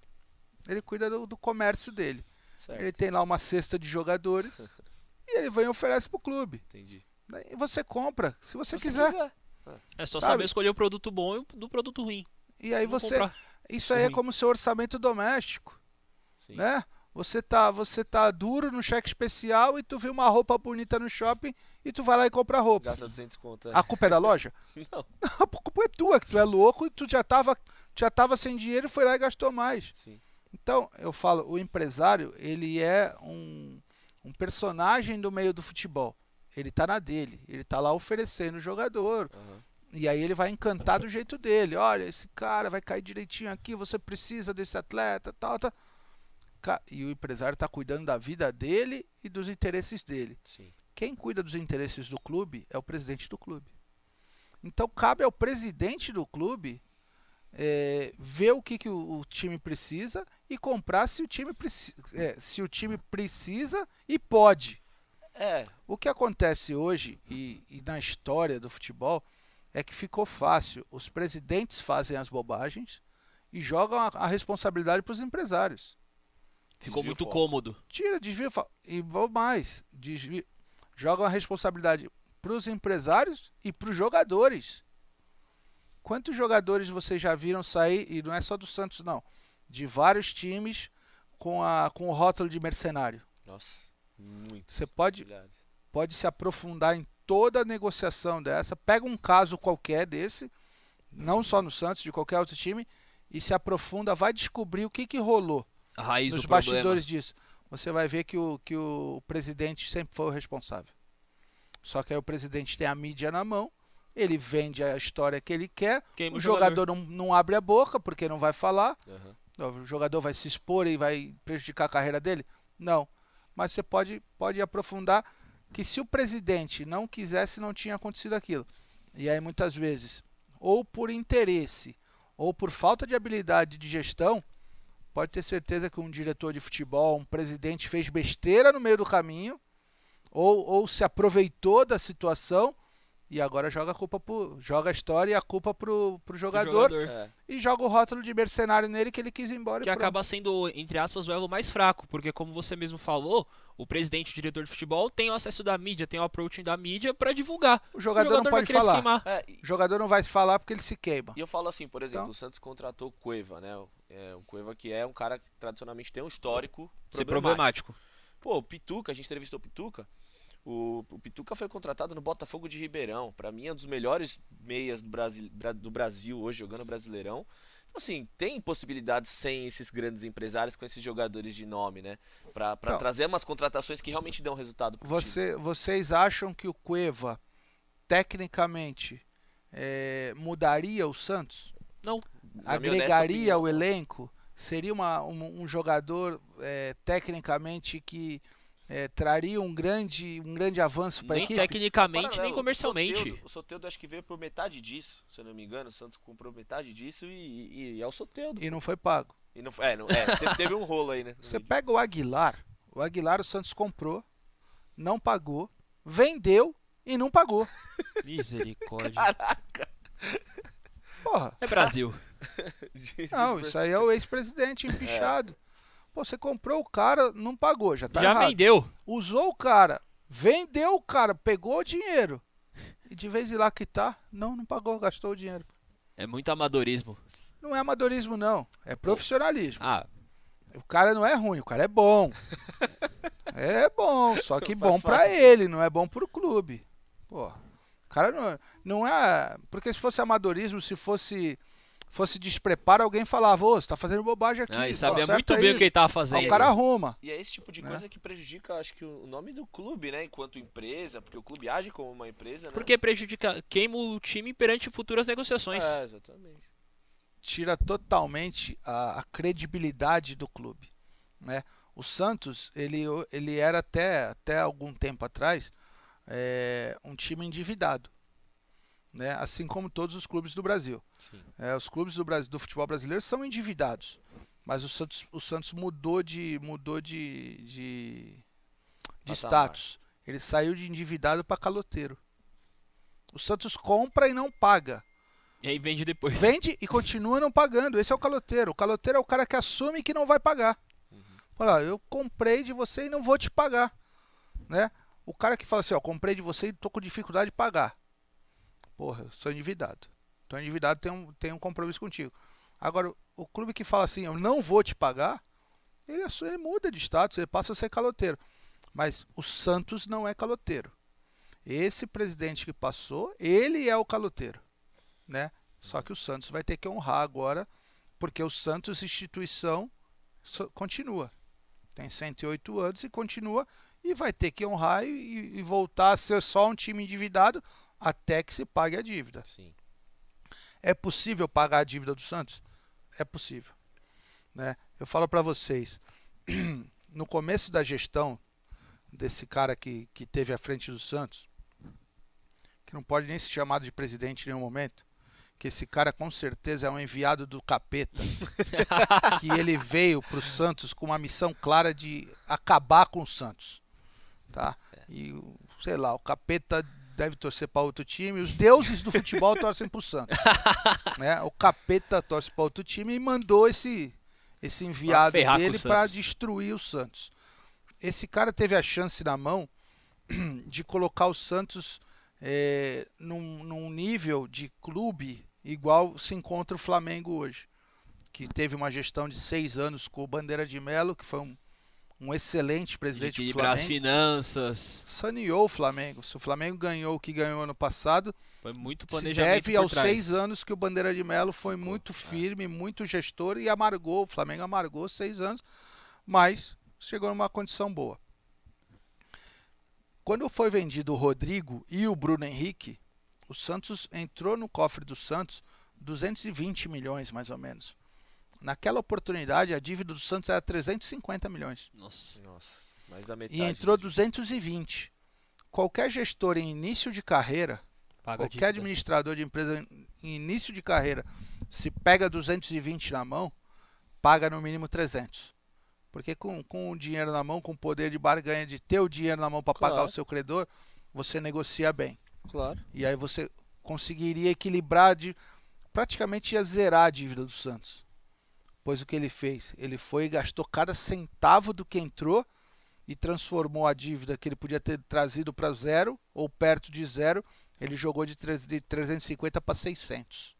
Ele cuida do, do comércio dele. Certo, Ele tem lá uma cesta de jogadores e ele vem e oferece pro clube. entendi. Daí você compra, se você, Se quiser. É só Sabe? saber escolher o produto bom e o do produto ruim. E aí Vou você, comprar. isso aí é ruim. como seu orçamento doméstico, Sim. né? Você tá, você tá duro no cheque especial e tu vê uma roupa bonita no shopping e tu vai lá e compra a roupa. Gasta duzentos conto. é. A culpa é da loja? Não, A culpa é tua, que tu é louco e tu já tava, já tava sem dinheiro e foi lá e gastou mais. sim. Então, eu falo, o empresário, ele é um, um personagem do meio do futebol. Ele tá na dele, ele tá lá oferecendo o jogador. aham. E aí ele vai encantar do jeito dele. Olha, esse cara vai cair direitinho aqui, você precisa desse atleta, tal, tal. Ca- E o empresário está cuidando da vida dele e dos interesses dele. Sim. Quem cuida dos interesses do clube é o presidente do clube. Então cabe ao presidente do clube é, ver o que, que o, o time precisa e comprar se o time, preci- é, se o time precisa e pode. É, O que acontece hoje e, e na história do futebol é que ficou fácil. Os presidentes fazem as bobagens e jogam a, a responsabilidade para os empresários. Ficou desvia o muito foco. cômodo. Tira, desvia fa- e vou mais. Desvia, jogam a responsabilidade para os empresários e para os jogadores. Quantos jogadores vocês já viram sair, e não é só do Santos não, de vários times com, a, com o rótulo de mercenário? Nossa, muito. Você pode, pode se aprofundar em toda a negociação dessa, pega um caso qualquer desse, não só no Santos, de qualquer outro time, e se aprofunda, vai descobrir o que, que rolou A raiz nos do bastidores problema. disso. Você vai ver que o, que o presidente sempre foi o responsável. Só que aí o presidente tem a mídia na mão, ele vende a história que ele quer, Queima o o jogador, Não, não abre a boca porque não vai falar, Uhum. o jogador vai se expor e vai prejudicar a carreira dele? Não. Mas você pode, pode aprofundar que se o presidente não quisesse, não tinha acontecido aquilo. E aí muitas vezes, ou por interesse, ou por falta de habilidade de gestão, pode ter certeza que um diretor de futebol, um presidente fez besteira no meio do caminho, ou, ou se aproveitou da situação e agora joga a culpa pro, joga a história e a culpa pro, pro jogador, jogador. É. e joga o rótulo de mercenário nele que ele quis ir embora. Que e pronto. acaba sendo, entre aspas, o elo mais fraco, porque como você mesmo falou, o presidente e o diretor de futebol tem o acesso da mídia, tem o approaching da mídia pra divulgar. O jogador, o jogador não vai pode querer se falar. queimar. É, e- O jogador não vai se falar porque ele se queima. E eu falo assim, por exemplo, Então- o Santos contratou o Cueva, né? O- É, o Cueva que é um cara que tradicionalmente tem um histórico Ser problemático. problemático. Pô, o Pituca, a gente entrevistou o Pituca. O, o Pituca foi contratado no Botafogo de Ribeirão. Pra mim é um dos melhores meias do Brasil, do Brasil hoje, jogando Brasileirão. Então, assim, tem possibilidades sem esses grandes empresários, com esses jogadores de nome, né? Pra, pra Então- trazer umas contratações que realmente dão resultado pro time. Você, vocês acham que o Cueva, tecnicamente, é, mudaria o Santos? Não. Na minha honesta Agregaria opinião, o elenco? Seria uma, um, um jogador é, tecnicamente que é, traria um grande, um grande avanço para a Nem equipe? tecnicamente, Paralelo, nem comercialmente. O Soteldo, o Soteldo acho que veio por metade disso, se eu não me engano. O Santos comprou metade disso e, e- e é o Soteldo. E não foi pago. E não, é, não, é teve, teve um rolo aí, né? no Você meio. pega o Aguilar, o Aguilar o Santos comprou, não pagou, vendeu e não pagou. Misericórdia. Caraca! Porra, É Brasil. não, isso aí é o ex-presidente empichado. Pô, você comprou o cara, não pagou, já tá Já errado. vendeu. Usou o cara, vendeu o cara, pegou o dinheiro. E de vez em lá quitar, não, não pagou, gastou o dinheiro. É muito amadorismo. Não é amadorismo não, é profissionalismo. Ah, O cara não é ruim, o cara é bom. É bom, só que Faz bom pra parte. ele, não é bom pro clube. Pô, o cara não, não é... Porque se fosse amadorismo, se fosse fosse despreparo, alguém falava, ô, você tá fazendo bobagem aqui. ah, e pô, sabia certo muito é bem o isso. que ele tava Aí fazendo. o cara arruma. E é esse tipo de Né? coisa que prejudica, acho que, o nome do clube, né? Enquanto empresa, porque o clube age como uma empresa, né? Porque prejudica, queima o time perante futuras negociações. É, exatamente. Tira totalmente a, a credibilidade do clube, né? O Santos, ele, ele era até, até algum tempo atrás é, um time endividado, né? Assim como todos os clubes do Brasil. Sim. É, os clubes do, Brasil, do futebol brasileiro são endividados, mas o Santos, o Santos mudou de mudou de, de, de Patamar. status. Ele saiu de endividado para caloteiro. O Santos compra e não paga. E aí vende depois. Vende e continua não pagando. Esse é o caloteiro. O caloteiro é o cara que assume que não vai pagar. Uhum. Fala, ó, eu comprei de você e não vou te pagar, né? O cara que fala assim, ó, comprei de você e tô com dificuldade de pagar. Porra, eu sou endividado. Tô endividado, tem um, tem um compromisso contigo. Agora, o clube que fala assim, eu não vou te pagar, ele, assu- ele muda de status, ele passa a ser caloteiro. Mas o Santos não é caloteiro. Esse presidente que passou, ele é o caloteiro, né? Só que o Santos vai ter que honrar agora, porque o Santos, instituição, so- continua. Tem cento e oito anos e continua, e vai ter que honrar e, e voltar a ser só um time endividado até que se pague a dívida. Sim. É possível pagar a dívida do Santos? É possível, né? Eu falo para vocês, no começo da gestão desse cara que, que teve à frente do Santos, que não pode nem ser chamado de presidente em nenhum momento, que esse cara com certeza é um enviado do capeta, que ele veio para o Santos com uma missão clara de acabar com o Santos, tá? E, o- sei lá, o capeta deve torcer para outro time, os deuses do futebol torcem para o Santos, né? O capeta torce para outro time e mandou esse, esse enviado ferrar com o dele para Santos. destruir o Santos. Esse cara teve a chance na mão de colocar o Santos é, num, num nível de clube igual se encontra o Flamengo hoje, que teve uma gestão de seis anos com o Bandeira de Melo, que foi um, um excelente presidente do Equilibrar as Flamengo. finanças. Saneou o Flamengo. Se o Flamengo ganhou o que ganhou ano passado, Foi muito se planejamento deve por aos trás. seis anos que o Bandeira de Melo foi muito firme, muito gestor e amargou. O Flamengo amargou seis anos, mas chegou numa condição boa. Quando foi vendido o Rodrigo e o Bruno Henrique, o Santos entrou no cofre do Santos duzentos e vinte milhões, mais ou menos. Naquela oportunidade, a dívida do Santos era trezentos e cinquenta milhões. Nossa. Nossa, mais da metade. E entrou de- duzentos e vinte. Qualquer gestor em início de carreira, Paga a qualquer dívida. administrador de empresa em início de carreira, se pega duzentos e vinte na mão, paga no mínimo trezentos. Porque com, com o dinheiro na mão, com o poder de barganha de ter o dinheiro na mão para Claro. pagar o seu credor, você negocia bem. Claro. E aí você conseguiria equilibrar, de, praticamente ia zerar a dívida do Santos. Pois o que ele fez? Ele foi e gastou cada centavo do que entrou e transformou a dívida que ele podia ter trazido para zero ou perto de zero, ele jogou de trezentos e cinquenta para seiscentos.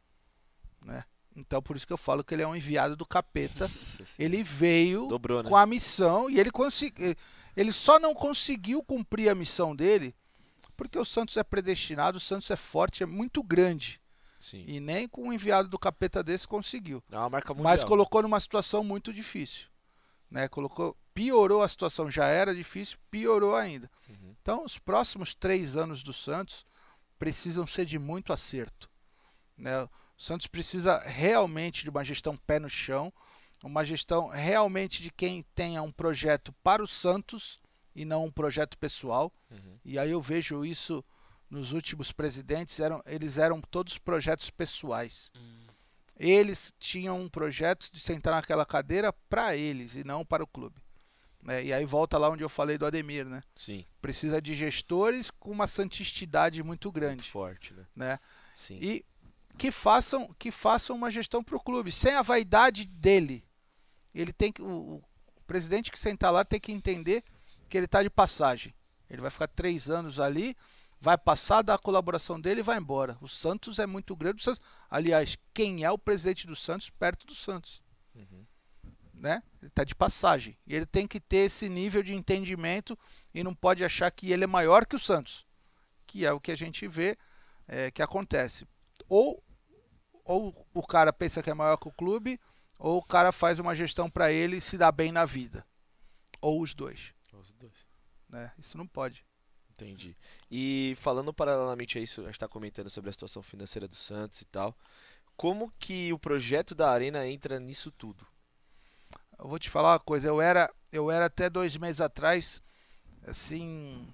Né? Então por isso que eu falo que ele é um enviado do capeta. Ele veio Dobrou, né? com a missão e ele, consegui, ele só não conseguiu cumprir a missão dele porque o Santos é predestinado, o Santos é forte, é muito grande. Sim. E nem com um enviado do capeta desse conseguiu. É uma marca mundial. Mas colocou numa situação muito difícil. Né? Colocou, piorou a situação, já era difícil, piorou ainda. Uhum. Então os próximos três anos do Santos precisam ser de muito acerto. Né? O Santos precisa realmente de uma gestão pé no chão, uma gestão realmente de quem tenha um projeto para o Santos e não um projeto pessoal. Uhum. E aí eu vejo isso nos últimos presidentes, eram, eles eram todos projetos pessoais. Hum. Eles tinham um projeto de sentar naquela cadeira para eles e não para o clube. Né? E aí volta lá onde eu falei do Ademir, né? Sim. Precisa de gestores com uma santistidade muito grande. Muito forte, né? Né? Sim. E que façam, que façam uma gestão para o clube, sem a vaidade dele. Ele tem que, o, o presidente que sentar lá tem que entender que ele está de passagem. Ele vai ficar três anos ali, vai passar da colaboração dele e vai embora. O Santos é muito grande. O Santos, aliás, quem é o presidente do Santos perto do Santos? Uhum. Né? Ele está de passagem. E ele tem que ter esse nível de entendimento e não pode achar que ele é maior que o Santos. Que é o que a gente vê é, que acontece. Ou, ou o cara pensa que é maior que o clube, ou o cara faz uma gestão para ele e se dá bem na vida. Ou os dois. Os dois. Né? Isso não pode. Entendi. E falando paralelamente a isso, a gente está comentando sobre a situação financeira do Santos e tal. Como que o projeto da Arena entra nisso tudo? Eu vou te falar uma coisa. Eu era, eu era até dois meses atrás, assim,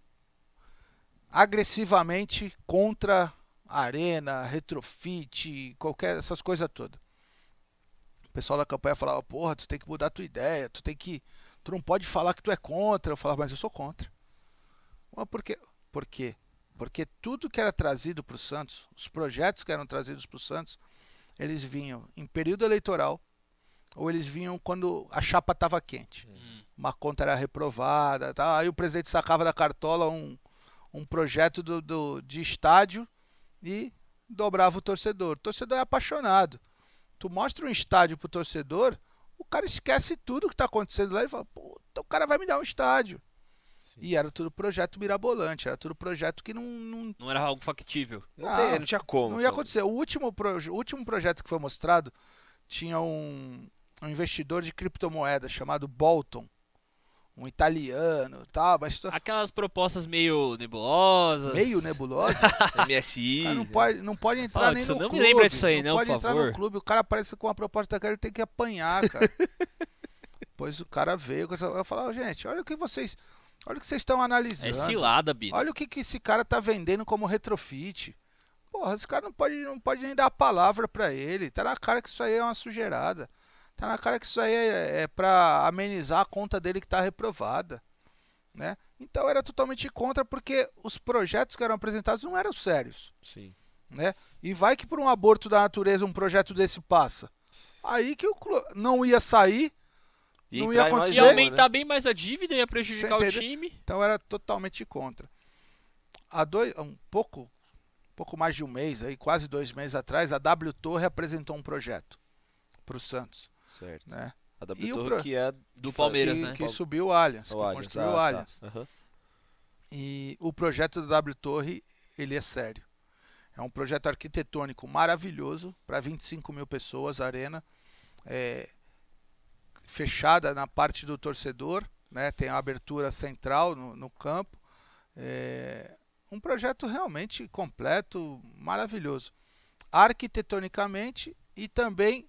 agressivamente contra a Arena, retrofit, qualquer essas coisas todas. O pessoal da campanha falava, porra, tu tem que mudar a tua ideia, tu tem que, tu não pode falar que tu é contra. Eu falava, mas eu sou contra. Mas por quê? Por quê? Porque tudo que era trazido para o Santos, os projetos que eram trazidos para o Santos, eles vinham em período eleitoral ou eles vinham quando a chapa estava quente. Hum. Uma conta era reprovada, tá? Aí o presidente sacava da cartola um, um projeto do, do, de estádio e dobrava o torcedor. O torcedor é apaixonado. Tu mostra um estádio pro torcedor, o cara esquece tudo que está acontecendo lá e fala, puta, o cara vai me dar um estádio. Sim. E era tudo projeto mirabolante, era tudo projeto que não, não, Não era algo factível. Não, Não, tem- não tinha como. não ia acontecer. O último, proje- o último projeto que foi mostrado tinha um, um investidor de criptomoeda chamado Bolton, um italiano, tal, mas to- Aquelas propostas meio nebulosas. meio nebulosa. M S I. Cara, não pode, não pode entrar Fala nem disso, no não me clube. lembra disso aí, não, pode por entrar favor. no clube. O cara aparece com uma proposta daquela, ele tem que apanhar, cara. Pois o cara veio, com essa- eu falava, gente, olha o que vocês, olha o que vocês estão analisando. É cilada, Bino. Olha o que, que esse cara tá vendendo como retrofit. Porra, esse cara não pode, não pode nem dar a palavra pra ele. Tá na cara que isso aí é uma sujeirada. Tá na cara que isso aí é, é pra amenizar a conta dele que tá reprovada. Né? Então era totalmente contra porque os projetos que eram apresentados não eram sérios. Sim. Né? E vai que por um aborto da natureza um projeto desse passa. Aí que o clu- não ia sair, E Não entrar ia em mais acontecer. Ia uma, aumentar né? bem mais a dívida, ia prejudicar Você o entendeu? time. então era totalmente contra. há dois, um pouco, pouco mais de um mês, aí, quase dois meses atrás, a W Torre apresentou um projeto para o Santos. Certo. Né? A W E o Torre pro- que é Do que Palmeiras, que, né? que subiu o Allianz, o que Allianz, construiu ah, o tá. Allianz. Aham. E o projeto da W Torre, ele é sério. É um projeto arquitetônico maravilhoso para vinte e cinco mil pessoas, a arena. É, fechada na parte do torcedor, né? Tem a abertura central no, no campo. É, um projeto realmente completo, maravilhoso. Arquitetonicamente e também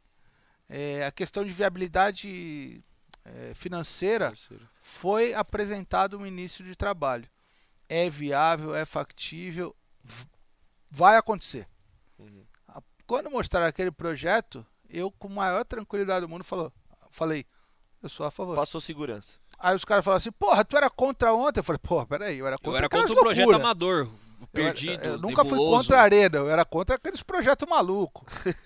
é, a questão de viabilidade é, financeira Terceiro. foi apresentado no início de trabalho. É viável, é factível, v- vai acontecer. Uhum. A- Quando mostraram aquele projeto, eu com a maior tranquilidade do mundo falou, falei, eu sou a favor. Passou segurança. Aí os caras falaram assim, porra, tu era contra ontem? Eu falei, porra, peraí, eu era contra Eu era aquelas contra o projeto loucura. amador, Eu, perdido, era- eu nunca fui nebuloso. contra a arena, eu era contra aqueles projetos malucos.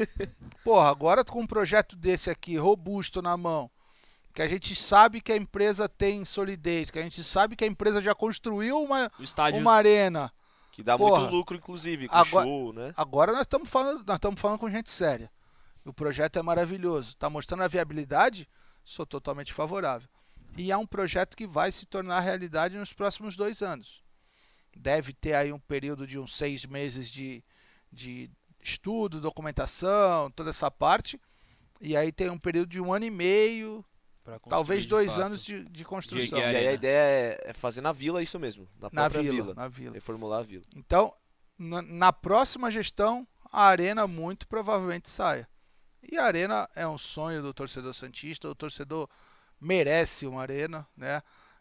Porra, agora com um projeto desse aqui, robusto na mão, que a gente sabe que a empresa tem solidez, que a gente sabe que a empresa já construiu uma, O estádio uma arena. Que dá Porra. muito lucro, inclusive, com Agora- show, né? Agora nós estamos falando, nós estamos falando com gente séria. O projeto é maravilhoso, está mostrando a viabilidade, sou totalmente favorável. E é um projeto que vai se tornar realidade nos próximos dois anos. Deve ter aí um período de uns seis meses de, de estudo, documentação, toda essa parte. E aí tem um período de um ano e meio, pra construir talvez de dois fato. anos de, de construção. De- E aí a arena. ideia é, é fazer na vila isso mesmo, na Na própria vila, vila. na vila. Reformular a vila. Então, na, na próxima gestão, a Arena muito provavelmente saia. E a Arena é um sonho do torcedor santista, o torcedor merece uma Arena, né?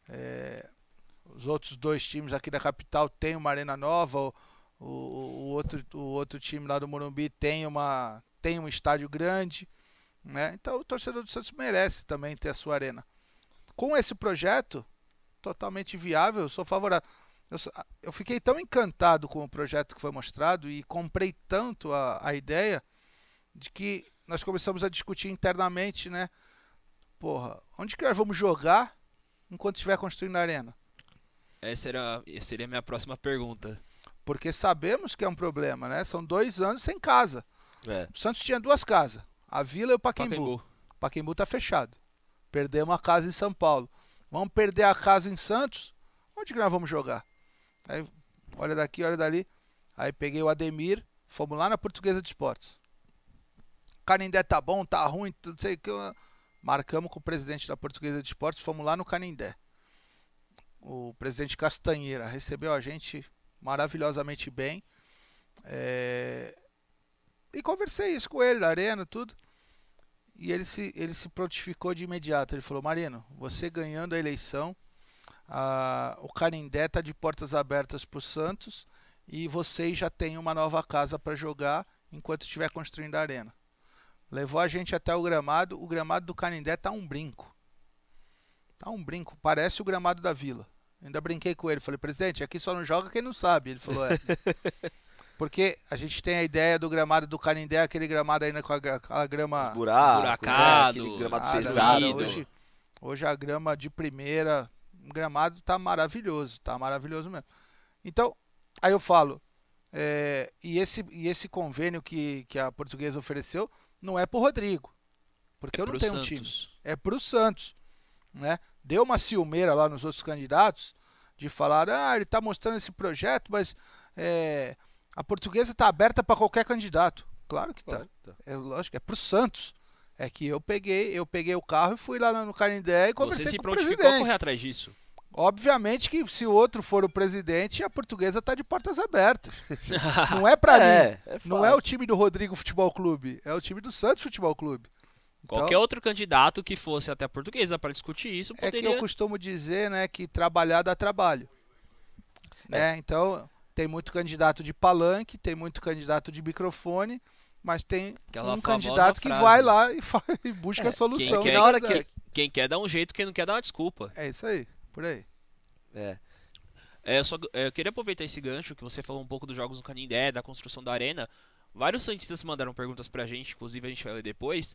É, os outros dois times aqui da capital têm uma Arena nova, o, o, o outro, o outro time lá do Morumbi tem, uma, tem um estádio grande, né? Então o torcedor do Santos merece também ter a sua Arena. Com esse projeto, totalmente viável, eu sou favorável. Eu, sou- eu fiquei tão encantado com o projeto que foi mostrado e comprei tanto a, a ideia de que nós começamos a discutir internamente, né? Porra, onde que nós vamos jogar enquanto estiver construindo a arena? Essa, era, essa seria a minha próxima pergunta. Porque sabemos que é um problema, né? São dois anos sem casa. É. O Santos tinha duas casas, a Vila e o Pacaembu. Pacaembu. O Pacaembu tá fechado. Perdemos a casa em São Paulo. Vamos perder a casa em Santos? Onde que nós vamos jogar? Aí, olha daqui, olha dali. Aí peguei o Ademir, fomos lá na Portuguesa de Esportes. Canindé tá bom, tá ruim, não sei o que. Marcamos com o presidente da Portuguesa de Esportes, fomos lá no Canindé. O presidente Castanheira recebeu a gente maravilhosamente bem. É, E conversei isso com ele, da arena, tudo. E ele se, ele se prontificou de imediato. Ele falou, Marino, você ganhando a eleição, a, o Canindé está de portas abertas para o Santos e vocês já têm uma nova casa para jogar enquanto estiver construindo a arena. Levou a gente até o gramado. O gramado do Canindé tá um brinco. Tá um brinco. Parece o gramado da Vila. Ainda brinquei com ele. Falei, presidente, aqui só não joga quem não sabe. Ele falou, é. Porque a gente tem a ideia do gramado do Canindé, aquele gramado ainda com a, gra- a grama... Buraco, Buracado, né? Aquele gramado nada, pesado. nada. Hoje, hoje a grama de primeira, o gramado tá maravilhoso, tá maravilhoso mesmo. Então, aí eu falo, é, e, esse, e esse convênio que, que a Portuguesa ofereceu não é pro Rodrigo, porque eu não Pro tenho um Santos. time, é pro Santos, né? Deu uma ciumeira lá nos outros candidatos de falar, ah, ele tá mostrando esse projeto, mas é, a Portuguesa tá aberta para qualquer candidato. Claro que tá. Claro, tá. É lógico, é pro Santos. É que eu peguei, eu peguei o carro e fui lá no Canindé e conversei Você se com o prontificou a presidente. correr atrás disso. Obviamente que se o outro for o presidente, a Portuguesa tá de portas abertas. Não é pra mim. É, é Não é o time do Rodrigo Futebol Clube, é o time do Santos Futebol Clube. Então, Qualquer outro candidato que fosse até a Portuguesa para discutir isso é que poderia... eu costumo dizer, né, que trabalhar dá trabalho. Né? Então, tem muito candidato de palanque, tem muito candidato de microfone, mas tem Aquela um famosa candidato que frase. vai lá e, fa- e busca É, a solução. quem de quer- na hora verdade. que- Quem quer dá um jeito, quem não quer dá uma desculpa. É isso aí, por aí. É. É, eu, só, é, eu queria aproveitar esse gancho que você falou um pouco dos jogos no Canindé, da construção da arena. Vários santistas mandaram perguntas pra gente, inclusive a gente vai ler depois.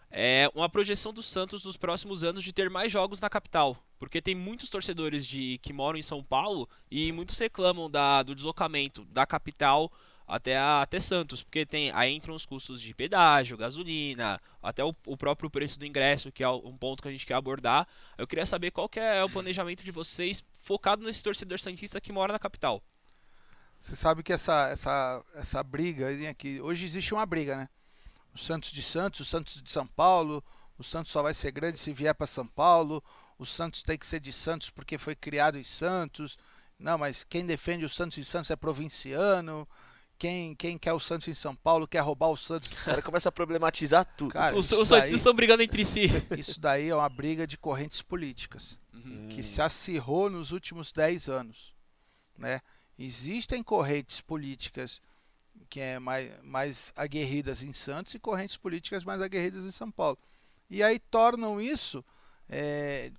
é uma projeção do Santos nos próximos anos de ter mais jogos na capital. Porque tem muitos torcedores de, que moram em São Paulo e muitos reclamam da, do deslocamento da capital até, a, até Santos. Porque tem, aí entram os custos de pedágio, gasolina, até o, o próprio preço do ingresso, que é um ponto que a gente quer abordar. Eu queria saber qual que é o planejamento de vocês focado nesse torcedor santista que mora na capital. Você sabe que essa, essa, essa briga aqui, hoje existe uma briga, né? O Santos de Santos, o Santos de São Paulo, o Santos só vai ser grande se vier para São Paulo, o Santos tem que ser de Santos porque foi criado em Santos. Não, mas quem defende o Santos em Santos é provinciano. Quem, quem quer o Santos em São Paulo quer roubar o Santos. Os caras começam a problematizar tudo. Cara, Os, isso os santistas daí- estão brigando entre si. Isso daí é uma briga de correntes políticas Uhum. que se acirrou nos últimos dez anos, né? Existem correntes políticas que é mais, mais aguerridas em Santos e correntes políticas mais aguerridas em São Paulo. E aí tornam isso é,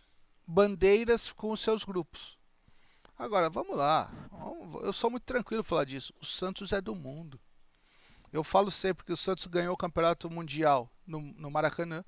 bandeiras com os seus grupos. Agora, vamos lá. Eu sou muito tranquilo falar disso. O Santos é do mundo. Eu falo sempre que o Santos ganhou o Campeonato Mundial no, no Maracanã.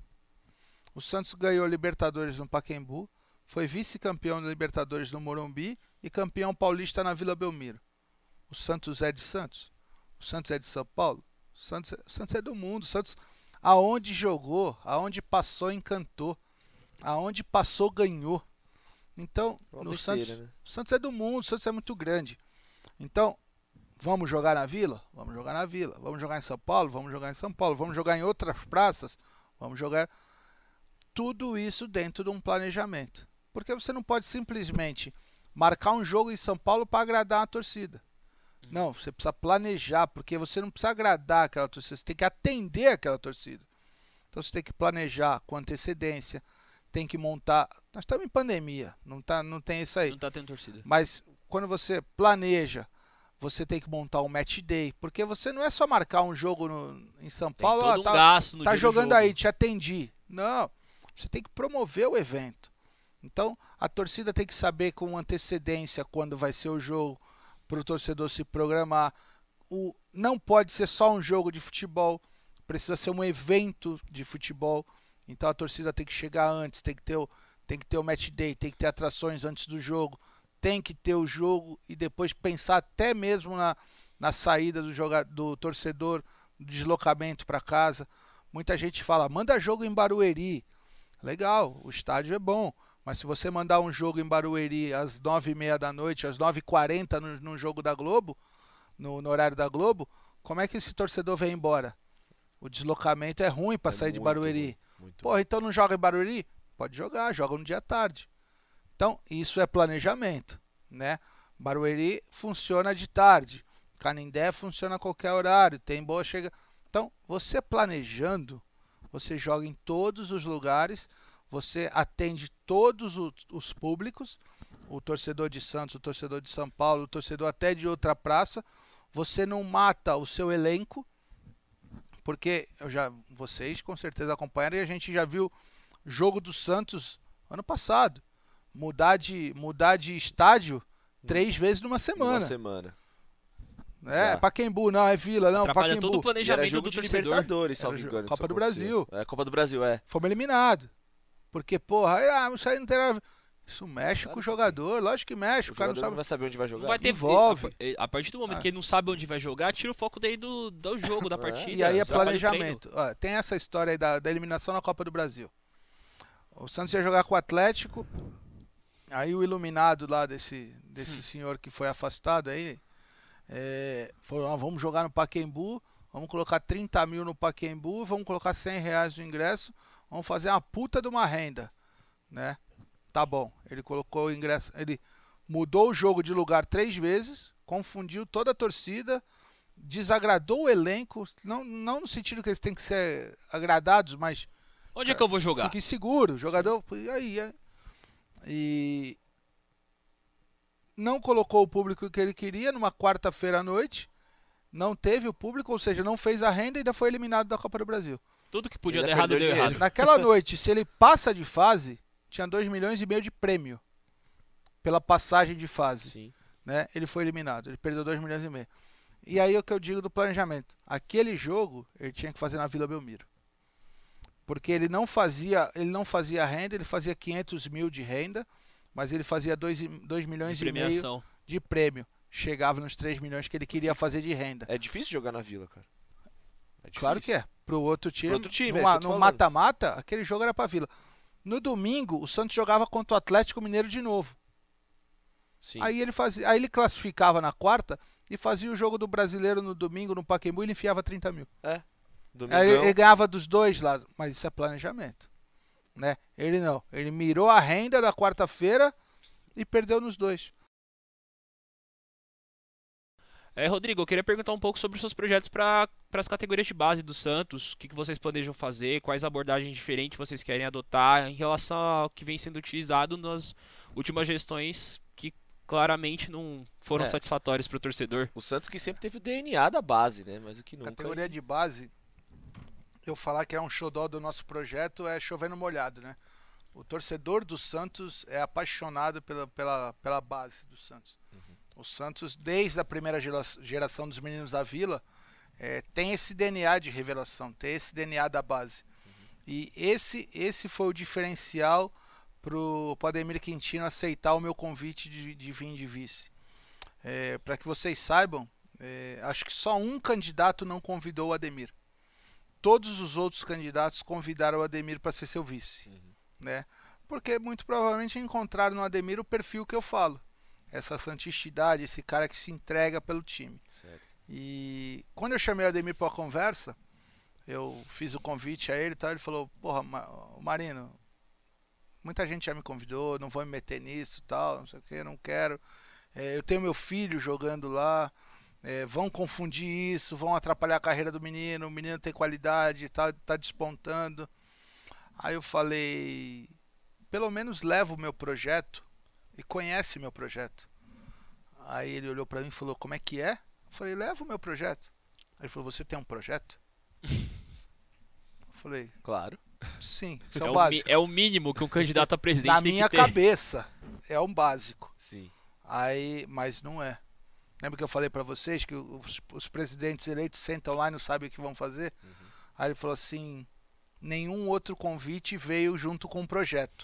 O Santos ganhou Libertadores no Pacaembu. Foi vice-campeão da Libertadores no Morumbi e campeão paulista na Vila Belmiro. O Santos é de Santos. O Santos é de São Paulo. O Santos, o Santos é do mundo. O Santos, aonde jogou, aonde passou, encantou. Aonde passou, ganhou. Então, Uma no besteira, Santos, né? o Santos é do mundo, o Santos é muito grande. Então, vamos jogar na Vila? Vamos jogar na Vila. Vamos jogar em São Paulo? Vamos jogar em São Paulo. Vamos jogar em outras praças? Vamos jogar... Tudo isso dentro de um planejamento. Porque você não pode simplesmente marcar um jogo em São Paulo para agradar a torcida. Não, você precisa planejar, porque você não precisa agradar aquela torcida, você tem que atender aquela torcida. Então você tem que planejar com antecedência, tem que montar... Nós estamos em pandemia, não, tá, não tem isso aí. Não tá tendo torcida. Mas quando você planeja, você tem que montar um match day, porque você não é só marcar um jogo no, em São Tem Paulo, todo ó, um tá, gasto no tá dia do jogando jogo. aí, te atendi. Não, você tem que promover o evento. Então a torcida tem que saber com antecedência quando vai ser o jogo, para o torcedor se programar. O, não pode ser só um jogo de futebol, precisa ser um evento de futebol. Então a torcida tem que chegar antes, tem que ter o, tem que ter o match day, tem que ter atrações antes do jogo, tem que ter o jogo e depois pensar até mesmo na, na saída do, joga, do torcedor, do deslocamento para casa. Muita gente fala, manda jogo em Barueri. Legal, o estádio é bom, mas se você mandar um jogo em Barueri às nove e meia da noite, às nove e quarenta no, no jogo da Globo, no, no horário da Globo, como é que esse torcedor vem embora? O deslocamento é ruim para É sair de muito Barueri. ruim, muito Porra, então não joga em Barueri? Pode jogar, joga no dia à tarde. Então, isso é planejamento, né? Barueri funciona de tarde, Canindé funciona a qualquer horário, tem boa chega. Então, você planejando, você joga em todos os lugares, você atende todos os, os públicos, o torcedor de Santos, o torcedor de São Paulo, o torcedor até de outra praça. Você não mata o seu elenco, porque eu já, vocês com certeza acompanharam e a gente já viu jogo do Santos ano passado. Mudar de, mudar de estádio três vezes numa semana. Uma semana. É, Já. Pacaembu, não, é Vila, não, Atrapalha Pacaembu. todo o E era planejamento jogo do de torcedor. Libertadores, Era salvo jo- engano. que Copa isso do aconteceu. É, Copa do Brasil, é. Fomos eliminados. Porque, porra, ah, isso aí não tem nada a ver. Isso mexe Claro com o que jogador, lógico que mexe, O o cara não jogador sabe. não vai saber onde vai jogar. Não vai ter Envolve. A, a partir do momento Ah. que ele não sabe onde vai jogar, tira o foco daí do, do jogo, da É. partida. E aí é atrapalha o treino. planejamento. Ó, tem essa história aí da, da eliminação na Copa do Brasil. O Santos ia jogar com o Atlético. Aí o iluminado lá desse, desse Hum. senhor que foi afastado aí é, falou: "Não, vamos jogar no Pacaembu, vamos colocar trinta mil no Pacaembu, vamos colocar cem reais no ingresso, vamos fazer uma puta de uma renda, né?" Tá bom. Ele colocou o ingresso, ele mudou o jogo de lugar três vezes, confundiu toda a torcida, desagradou o elenco, não, não no sentido que eles têm que ser agradados, mas Onde é que eu vou jogar? fique inseguro, o jogador, e aí, é. E não colocou o público que ele queria numa quarta-feira à noite, não teve o público, ou seja, não fez a renda e ainda foi eliminado da Copa do Brasil. Tudo que podia Ainda dar errado perdeu deu dinheiro. errado. Naquela noite, se ele passa de fase, tinha dois milhões e meio de prêmio pela passagem de fase, Sim. né? Ele foi eliminado, ele perdeu dois milhões e meio. E aí é o que eu digo do planejamento. Aquele jogo, ele tinha que fazer na Vila Belmiro. porque ele não fazia, ele não fazia renda, ele fazia quinhentos mil de renda, mas ele fazia dois milhões De e meio premiação. de prêmio. Chegava nos três milhões que ele queria fazer de renda. É difícil jogar na Vila, cara. É Claro que é. Pro outro time, Pro outro time, é no isso que eu tô no falando. mata-mata, aquele jogo era pra Vila. No domingo, o Santos jogava contra o Atlético Mineiro de novo. Sim. Aí ele fazia, aí ele classificava na quarta e fazia o jogo do Brasileiro no domingo no Pacaembu e ele enfiava trinta mil. É. Domingão. Aí ele, ele ganhava dos dois lá, mas isso é planejamento, né? Ele não, ele mirou a renda da quarta-feira e perdeu nos dois. É, Rodrigo, eu queria perguntar um pouco sobre os seus projetos para as categorias de base do Santos. O que, que vocês planejam fazer? Quais abordagens diferentes vocês querem adotar em relação ao que vem sendo utilizado nas últimas gestões que claramente não foram É. satisfatórias para o torcedor? O Santos que sempre teve o D N A da base, né? Mas o que nunca. Categoria de base, eu falar que é um xodó do nosso projeto é chovendo molhado, né? O torcedor do Santos é apaixonado pela, pela, pela base do Santos. O Santos, desde a primeira gera- geração dos meninos da Vila, é, tem esse D N A de revelação, tem esse D N A da base. E esse, esse foi o diferencial pro Ademir Quintino aceitar o meu convite de, de vir de vice. É, para que vocês saibam, é, acho que só um candidato não convidou o Ademir. Todos os outros candidatos convidaram o Ademir para ser seu vice, Uhum. né? Porque muito provavelmente encontraram no Ademir o perfil que eu falo. Essa santistidade, esse cara que se entrega pelo time. Certo. E quando eu chamei o Ademir para a conversa, eu fiz o convite a ele e tal, ele falou, porra, Ma- Marino, muita gente já me convidou, não vou me meter nisso, tal, não sei o que, não quero. É, eu tenho meu filho jogando lá, é, vão confundir isso, vão atrapalhar a carreira do menino, o menino tem qualidade, tá, tá despontando. Aí eu falei, pelo menos leva o meu projeto e conhece meu projeto. Aí ele olhou pra mim e falou, como é que é? Eu falei, leva o meu projeto. Aí ele falou, você tem um projeto? Eu falei, Claro. sim, isso é, É o o, básico. mi- é o mínimo que um candidato a presidente Na tem minha que ter. cabeça, é um básico. Sim. Aí, mas não é. Lembra que eu falei pra vocês que os, os presidentes eleitos sentam lá e não sabem o que vão fazer? Uhum. Aí ele falou assim, nenhum outro convite veio junto com o projeto.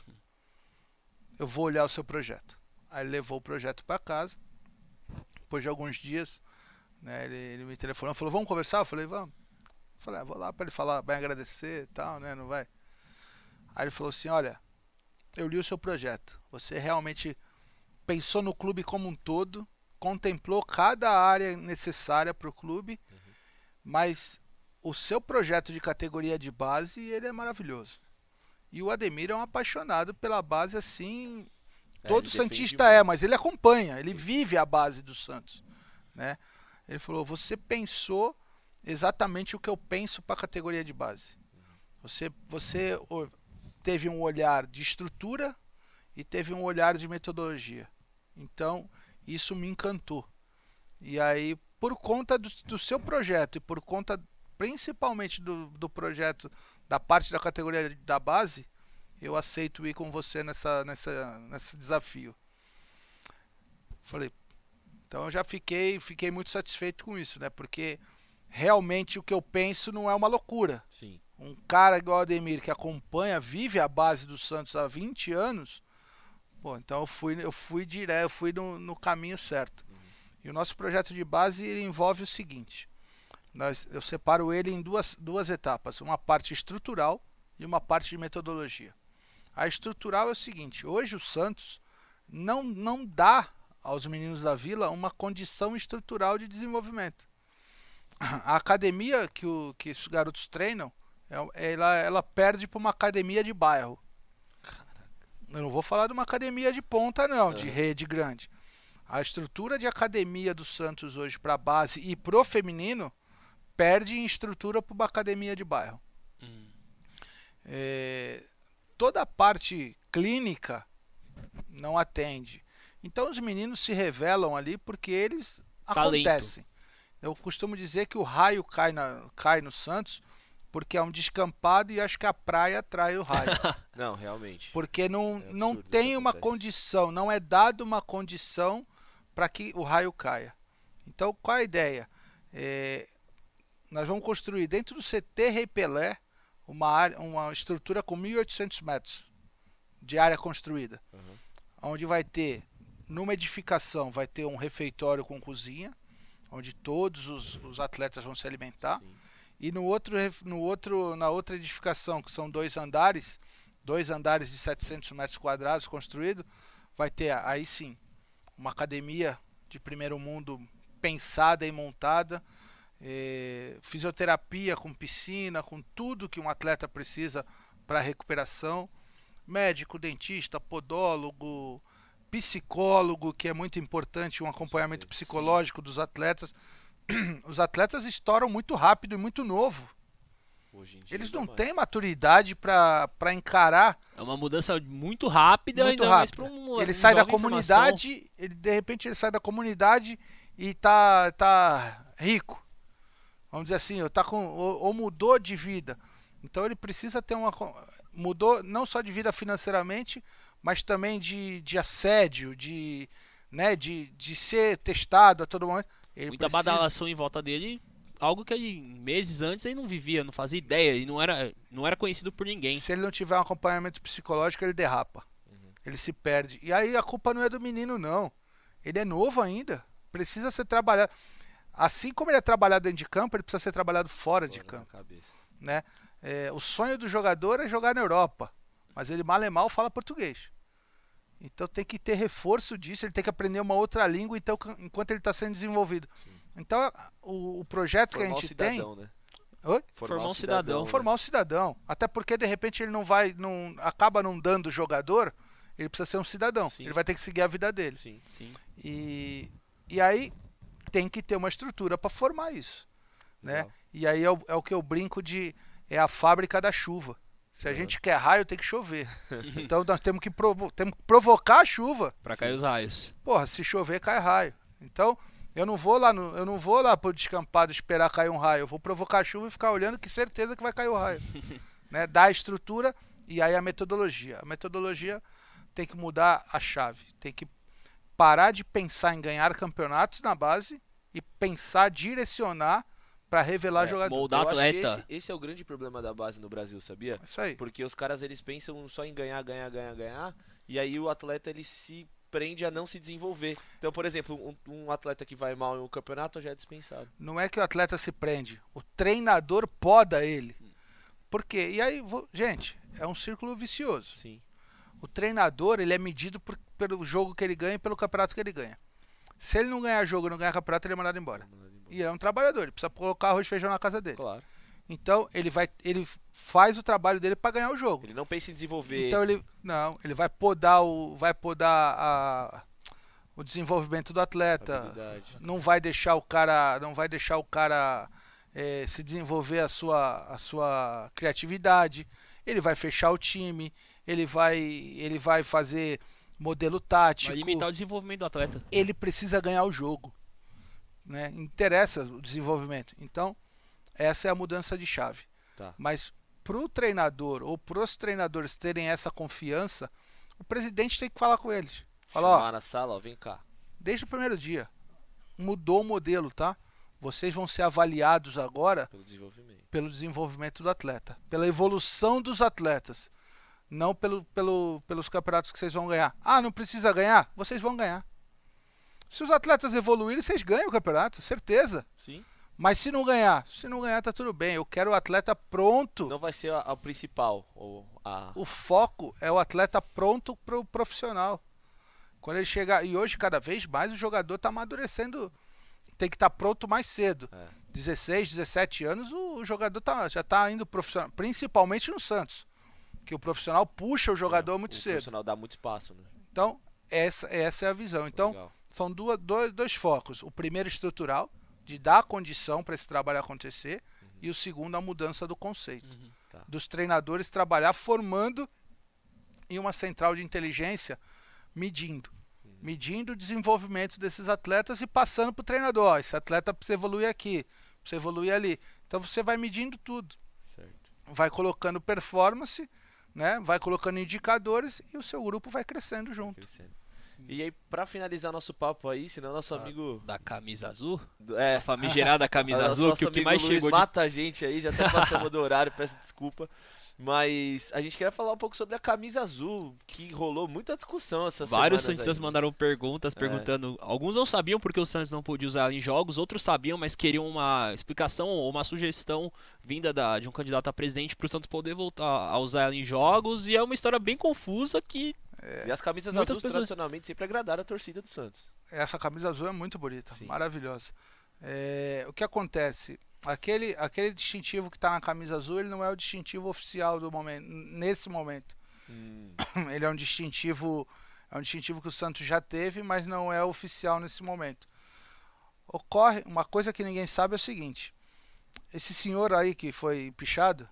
Eu vou olhar o seu projeto. Aí ele levou o projeto para casa. Depois de alguns dias, né, ele, ele me telefonou e falou, vamos conversar? Eu falei, vamos. Eu falei, ah, vou lá para ele falar, vai agradecer e tal, né? Não vai. Aí ele falou assim, olha, eu li o seu projeto. Você realmente pensou no clube como um todo, contemplou cada área necessária para o clube, Uhum. mas o seu projeto de categoria de base, ele é maravilhoso. E o Ademir é um apaixonado pela base assim, É, todo ele defende santista muito. é, mas ele acompanha, ele vive a base do Santos, né? Ele falou, você pensou exatamente o que eu penso para a categoria de base. Você, você o- teve um olhar de estrutura e teve um olhar de metodologia. Então, isso me encantou. E aí, por conta do, do seu projeto e por conta principalmente do, do projeto da parte da categoria da base, eu aceito ir com você nessa, nessa, nesse desafio. Falei, então eu já fiquei, fiquei muito satisfeito com isso, né? Porque realmente o que eu penso não é uma loucura. Sim. Um cara igual o Ademir, que acompanha, vive a base do Santos há vinte anos, pô, então eu fui, eu fui direto, eu fui no, no caminho certo. Uhum. E o nosso projeto de base ele envolve o seguinte, nós, eu separo ele em duas, duas etapas, uma parte estrutural e uma parte de metodologia. A estrutural é o seguinte, hoje o Santos não, não dá aos meninos da Vila uma condição estrutural de desenvolvimento. A academia que, o, que esses garotos treinam, é- ela, ela perde para uma academia de bairro. Eu não vou falar de uma academia de ponta não, de Uhum. rede grande. A estrutura de academia do Santos hoje para a base e pro feminino perde em estrutura para uma academia de bairro. Hum. É, toda a parte clínica não atende. Então os meninos se revelam ali porque eles Talento. acontecem. Eu costumo dizer que o raio cai, na, cai no Santos porque é um descampado e acho que a praia atrai o raio. Não, realmente. Porque não, É não absurdo tem o que uma acontece. condição, não é dado uma condição para que o raio caia. Então, qual a ideia? É, nós vamos construir dentro do C T Rei Pelé uma, área, uma estrutura com mil e oitocentos metros de área construída, Uhum. onde vai ter, numa edificação, vai ter um refeitório com cozinha, onde todos os, os atletas vão se alimentar. Sim. E no outro, no outro, na outra edificação, que são dois andares, dois andares de setecentos metros quadrados construído, vai ter aí sim uma academia de primeiro mundo pensada e montada, eh, fisioterapia com piscina, com tudo que um atleta precisa para recuperação, médico, dentista, podólogo, psicólogo, que é muito importante, um acompanhamento Sim. psicológico dos atletas. Os atletas estouram muito rápido e muito novo. Hoje em dia Eles ainda não mais. têm maturidade para encarar. É uma mudança muito rápida, Muito ainda mais para rápida. um Ele um sai da jovem em formação. comunidade, ele, de repente ele sai da comunidade e tá, tá rico. Vamos dizer assim, ou, tá com, ou, ou mudou de vida. Então ele precisa ter uma. Mudou não só de vida financeiramente, mas também de, de assédio, de, né, de, de ser testado a todo momento. Ele Muita precisa- badalação em volta dele, algo que ele, meses antes ele não vivia, não fazia ideia, e não era, não era conhecido por ninguém. Se ele não tiver um acompanhamento psicológico, ele derrapa. Uhum. Ele se perde. E aí a culpa não é do menino, não. Ele é novo ainda. Precisa ser trabalhado. Assim como ele é trabalhado dentro de campo, ele precisa ser trabalhado fora de Fora campo. na cabeça. Né? É, o sonho do jogador é jogar na Europa. Mas ele mal e mal fala português. Então tem que ter reforço disso. Ele tem que aprender uma outra língua então, enquanto ele está sendo desenvolvido. Sim. Então o, o projeto Formar que a um gente cidadão, né? tem... Oi? Formar um cidadão. né? Formar um cidadão. Até porque de repente ele não vai, não acaba não dando jogador, ele precisa ser um cidadão. Sim. Ele vai ter que seguir a vida dele. Sim. Sim. E, e aí tem que ter uma estrutura para formar isso, né? Legal. E aí é o, é o que eu brinco de é a fábrica da chuva. Se a Uhum. gente quer raio, tem que chover. Então nós temos que, provo temos que provocar a chuva. Pra Sim. cair os raios. Porra, se chover, cai raio. Então, eu não vou lá no, eu não vou lá pro descampado esperar cair um raio. Eu vou provocar a chuva e ficar olhando que certeza que vai cair o raio. Né? Dar a estrutura e aí a metodologia. A metodologia tem que mudar a chave. Tem que parar de pensar em ganhar campeonatos na base e pensar, direcionar para revelar É, jogador. moldar Eu acho que atleta. esse, esse é o grande problema da base no Brasil, sabia? É isso aí. Porque os caras eles pensam só em ganhar, ganhar, ganhar, ganhar, e aí o atleta ele se prende a não se desenvolver. Então, por exemplo, um, um atleta que vai mal em um campeonato já é dispensado. Não é que o atleta se prende, o treinador poda ele. Por quê? E aí, vou- gente, é um círculo vicioso. Sim. O treinador, ele é medido por- pelo jogo que ele ganha e pelo campeonato que ele ganha. Se ele não ganhar jogo, não ganhar campeonato, ele é mandado embora. E ele é um trabalhador, ele precisa colocar arroz e feijão na casa dele. Claro. Então, ele vai, ele faz o trabalho dele para ganhar o jogo. Ele não pensa em desenvolver. Então ele não, ele vai podar o vai podar a, o desenvolvimento do atleta. habilidade. Não vai deixar o cara, não vai deixar o cara eh, se desenvolver a sua a sua criatividade. Ele vai fechar o time, ele vai ele vai fazer modelo tático. Vai limitar o desenvolvimento do atleta. Ele precisa ganhar o jogo, né? Interessa o desenvolvimento. Então, essa é a mudança de chave. Tá. Mas para o treinador ou para os treinadores terem essa confiança, o presidente tem que falar com eles. Falar, Chamar ó, na sala, ó, vem cá. desde o primeiro dia, mudou o modelo, tá? Vocês vão ser avaliados agora Pelo desenvolvimento. pelo desenvolvimento do atleta, pela evolução dos atletas, não pelo, pelo, pelos campeonatos que vocês vão ganhar. Ah, não precisa ganhar? Vocês vão ganhar. Se os atletas evoluírem, vocês ganham o campeonato, certeza. Sim. Mas se não ganhar, se não ganhar tá tudo bem. Eu quero o atleta pronto. Não vai ser a, a principal. Ou a... O foco é o atleta pronto pro profissional. Quando ele chegar, e hoje cada vez mais o jogador tá amadurecendo, tem que estar pronto mais cedo. É. dezesseis, dezessete anos, o, o jogador tá, já tá indo profissional, principalmente no Santos, que o profissional puxa o jogador É, muito o cedo. profissional dá muito espaço, né? Então, essa, essa é a visão. Então, Legal. são duas, dois, dois focos. O primeiro estrutural, de dar condição para esse trabalho acontecer, Uhum. e o segundo, a mudança do conceito. Uhum. Tá. Dos treinadores trabalhar formando em uma central de inteligência, medindo. Uhum. Medindo o desenvolvimento desses atletas e passando para o treinador. Ó, esse atleta precisa evoluir aqui, precisa evoluir ali. Então você vai medindo tudo. Certo. Vai colocando performance, né? Vai colocando indicadores e o seu grupo vai crescendo junto. Crescendo. E aí, pra finalizar nosso papo aí, senão nosso Ah, amigo... Da camisa azul? É, A famigerada camisa nosso- azul, nosso que o que amigo mais Luiz chegou de... mata a gente aí, já tá passando do horário, peço desculpa. Mas a gente queria falar um pouco sobre a camisa azul, que rolou muita discussão essas Vários semanas santistas aí. mandaram perguntas, É. perguntando. Alguns não sabiam porque o Santos não podia usar em jogos, outros sabiam, mas queriam uma explicação ou uma sugestão vinda da, de um candidato a presidente para o Santos poder voltar a usar ela em jogos. E é uma história bem confusa que. E as camisas Muitas azuis pessoas- tradicionalmente sempre agradaram a torcida do Santos. Essa camisa azul é muito bonita, Sim. maravilhosa. É, o que acontece? Aquele, aquele distintivo que está na camisa azul, ele não é o distintivo oficial do momento, nesse momento. Hum, Ele é um distintivo, é um distintivo que o Santos já teve, mas não é oficial nesse momento. Ocorre, uma coisa que ninguém sabe é o seguinte: esse senhor aí que foi pichado,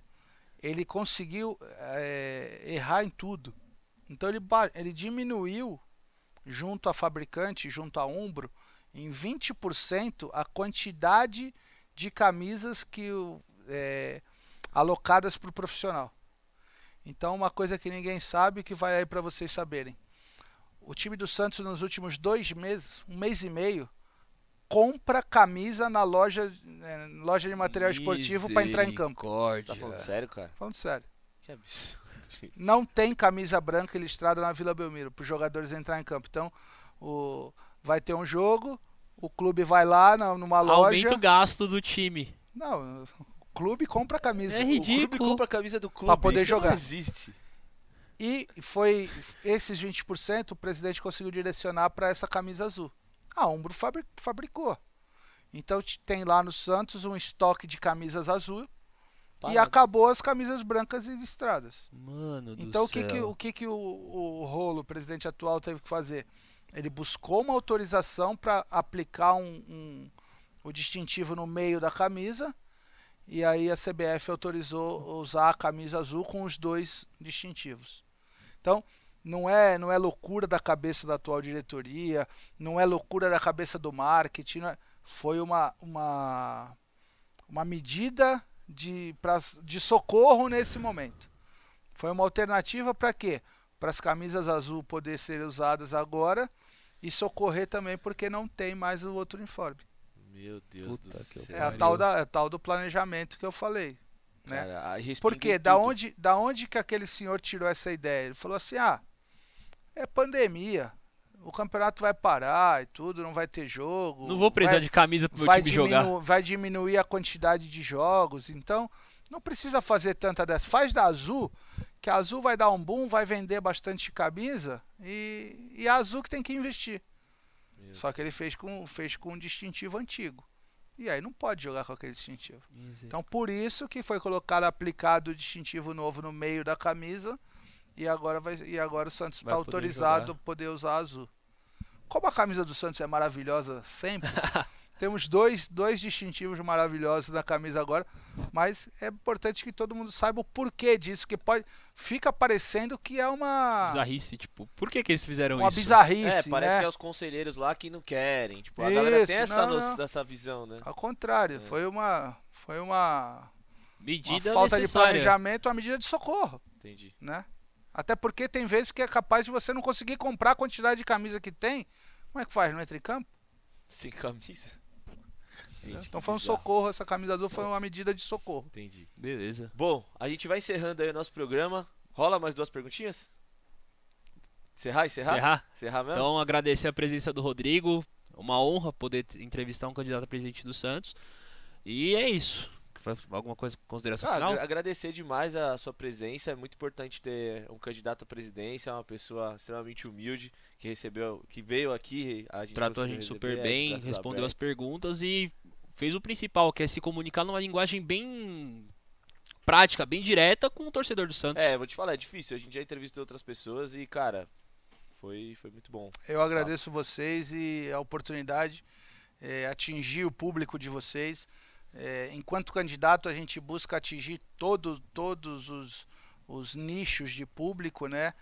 ele conseguiu é, errar em tudo. Então ele, ba- ele diminuiu junto à fabricante, junto à Umbro, em vinte por cento a quantidade de camisas que o- é, alocadas para o profissional. Então, uma coisa que ninguém sabe, que vai aí para vocês saberem: o time do Santos nos últimos dois meses, um mês e meio, compra camisa na loja, é, loja de material esportivo para entrar em campo. você tá falando sério, cara? Falando sério. Que absurdo. gente. Não tem camisa branca listrada na Vila Belmiro para os jogadores entrar em campo. Então, o, vai ter um jogo, o clube vai lá na, numa loja. Aumenta o gasto do time. Não, o clube compra a camisa. É O clube ridículo. compra a camisa do clube. Pra poder isso jogar. Não existe. E foi esses vinte por cento o presidente conseguiu direcionar para essa camisa azul. A Umbro fabri- fabricou. Então t- tem lá no Santos um estoque de camisas azul e Parado. acabou as camisas brancas e listradas. Mano do Então o que, céu. que, o, que, que o, o Rolo, o presidente atual, teve que fazer? Ele buscou uma autorização para aplicar um, um- o distintivo no meio da camisa, e aí a C B F autorizou usar a camisa azul com os dois distintivos. Então, não é, não é loucura da cabeça da atual diretoria, não é loucura da cabeça do marketing, não é- foi uma, uma, uma medida de, pra, de socorro nesse momento. Foi uma alternativa para quê? Para as camisas azul poder ser usadas agora e socorrer também porque não tem mais o outro uniforme. Meu Deus Puta do que céu. É a pariu. tal, da, é a tal do planejamento que eu falei. Né? Cara, aí respinga Por em quê? Da tudo. onde, da onde que aquele senhor tirou essa ideia? Ele falou assim, ah, é pandemia, o campeonato vai parar e tudo, não vai ter jogo. Não vou precisar vai, de camisa pro meu vai, time jogar. diminu- vai diminuir a quantidade de jogos, então não precisa fazer tanta dessa. Faz da Azul, que a Azul vai dar um boom, vai vender bastante camisa e, e a Azul que tem que investir. Meu Só que ele fez com, fez com um distintivo antigo. E aí não pode jogar com aquele distintivo. Então por isso que foi colocado, aplicado o distintivo novo no meio da camisa e agora, vai, e agora o Santos Vai está poder autorizado jogar. a poder usar azul. Como a camisa do Santos é maravilhosa sempre, temos dois, dois distintivos maravilhosos na camisa agora, mas é importante que todo mundo saiba o porquê disso, que pode fica parecendo que é uma, Bizarrice, tipo, por que que eles fizeram uma isso? bizarrice, É, parece né? que é os conselheiros lá que não querem. Tipo, a galera Isso, tem essa, não, no- não. essa visão, né? Ao contrário, É. foi uma foi uma, uma Medida falta de necessária. planejamento, uma medida de socorro, Entendi. né? Até porque tem vezes que é capaz de você não conseguir comprar a quantidade de camisa que tem. Como é que faz? Não entra em campo? Sem camisa. Gente, Então que foi um bizarro. socorro, essa camisa azul foi uma medida de socorro. Entendi. Beleza. Bom, a gente vai encerrando aí o nosso programa. Rola mais duas perguntinhas? Encerrar? Encerrar? Encerrar? Encerrar mesmo? Então, agradecer a presença do Rodrigo. Uma honra poder t- entrevistar um candidato a presidente do Santos. E é isso. Faz alguma coisa, consideração Ah, final? agra- agradecer demais a sua presença. É muito importante ter um candidato à presidência, uma pessoa extremamente humilde que recebeu, que veio aqui, a gente Tratou a conseguiu gente receber, super é, bem, braços respondeu as abertos. perguntas e fez o principal, que é se comunicar numa linguagem bem prática, bem direta com o torcedor do Santos. É, vou te falar, é difícil. A gente já entrevistou outras pessoas e, cara, foi, foi muito bom. Eu agradeço vocês e a oportunidade, é, atingir o público de vocês. É, enquanto candidato, a gente busca atingir todo, todos os, os nichos de público, né?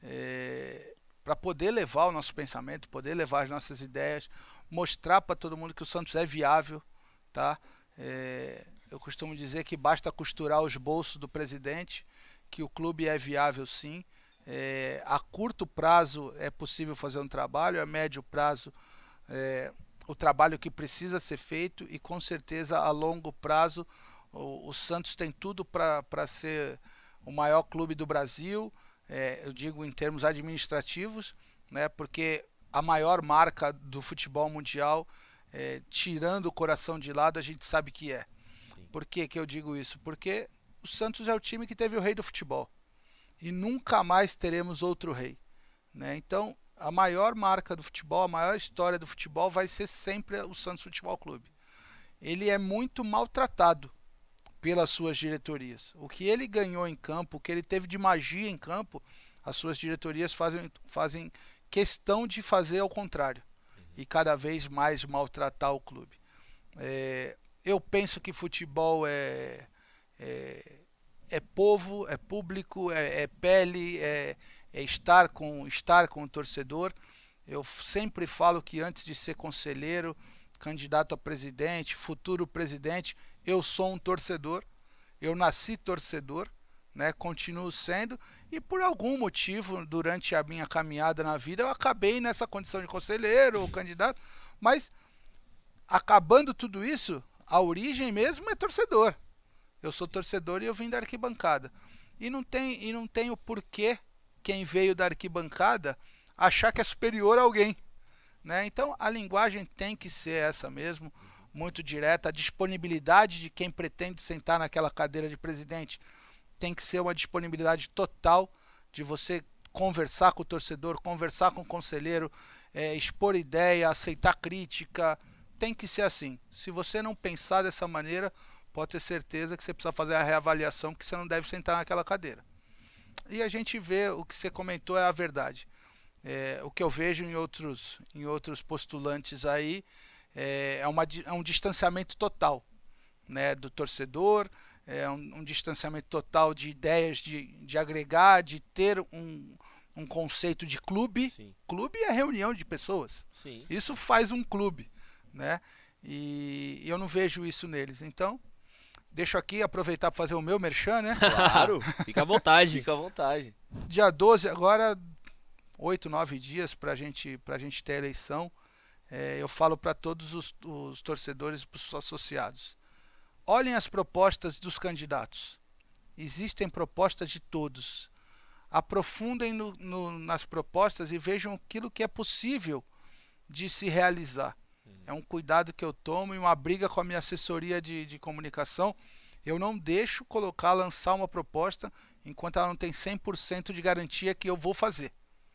É, para poder levar o nosso pensamento, poder levar as nossas ideias, mostrar para todo mundo que o Santos é viável, tá? É, eu costumo dizer que basta costurar os bolsos do presidente, que o clube é viável sim. É, a curto prazo é possível fazer um trabalho, a médio prazo é, o trabalho que precisa ser feito, e com certeza a longo prazo o, o Santos tem tudo para ser o maior clube do Brasil, é, eu digo em termos administrativos, né, porque a maior marca do futebol mundial, é, tirando o coração de lado, a gente sabe que é. Sim. Por que que eu digo isso? Porque o Santos é o time que teve o rei do futebol. E nunca mais teremos outro rei, né? Então, a maior marca do futebol, a maior história do futebol vai ser sempre o Santos Futebol Clube. Ele é muito maltratado pelas suas diretorias. O que ele ganhou em campo, o que ele teve de magia em campo, as suas diretorias fazem, fazem questão de fazer ao contrário. Uhum. E cada vez mais maltratar o clube. É, eu penso que futebol é... é É povo, é público, é, é pele, é, é estar, com, estar com o torcedor. Eu sempre falo que antes de ser conselheiro, candidato a presidente, futuro presidente, eu sou um torcedor. Eu nasci torcedor, né? Continuo sendo, e por algum motivo, durante a minha caminhada na vida, eu acabei nessa condição de conselheiro ou candidato. Mas, acabando tudo isso, a origem mesmo é torcedor. Eu sou torcedor e eu vim da arquibancada. E não tem, e não tem o porquê quem veio da arquibancada achar que é superior a alguém, né? Então a linguagem tem que ser essa mesmo, muito direta. A disponibilidade de quem pretende sentar naquela cadeira de presidente tem que ser uma disponibilidade total de você conversar com o torcedor, conversar com o conselheiro, é, expor ideia, aceitar crítica. Tem que ser assim. Se você não pensar dessa maneira, pode ter certeza que você precisa fazer a reavaliação, que você não deve sentar naquela cadeira. E a gente vê, o que você comentou é a verdade. É, o que eu vejo em outros, em outros postulantes aí é, é, uma, é um distanciamento total, né, do torcedor, é um, um distanciamento total de ideias de, de agregar, de ter um, um conceito de clube. Sim. Clube é reunião de pessoas. Sim. Isso faz um clube, né? E eu não vejo isso neles. Então, deixo aqui aproveitar para fazer o meu merchan, né? Claro. Fica à vontade. Fica à vontade. Dia doze, agora, oito, nove dias para gente, a gente ter a eleição. É, eu falo para todos os, os torcedores e para os associados. Olhem as propostas dos candidatos. Existem propostas de todos. Aprofundem no, no, nas propostas e vejam aquilo que é possível de se realizar. É um cuidado que eu tomo e uma briga com a minha assessoria de, de comunicação. Eu não deixo colocar, lançar uma proposta enquanto ela não tem cem por cento de garantia que eu vou fazer.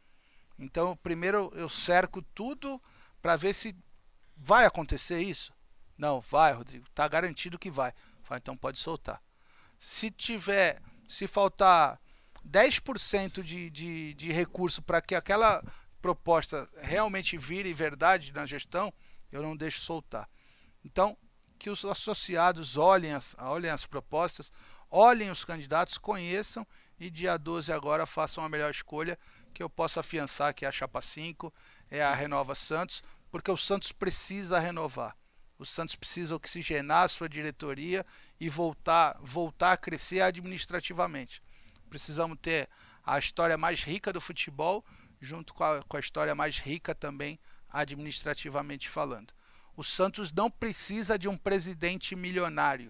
Então, primeiro eu cerco tudo para ver se vai acontecer isso. Não, vai, Rodrigo, está garantido que vai. Vai, então pode soltar. Se tiver, se faltar dez por cento de, de, de recurso para que aquela proposta realmente vire verdade na gestão, eu não deixo soltar. Então, que os associados olhem as, olhem as propostas, olhem os candidatos, conheçam e dia doze agora façam a melhor escolha, que eu posso afiançar que é a Chapa cinco, é a Renova Santos, porque o Santos precisa renovar. O Santos precisa oxigenar a sua diretoria e voltar, voltar a crescer administrativamente. Precisamos ter a história mais rica do futebol, junto com a, com a história mais rica também administrativamente falando. O Santos não precisa de um presidente milionário.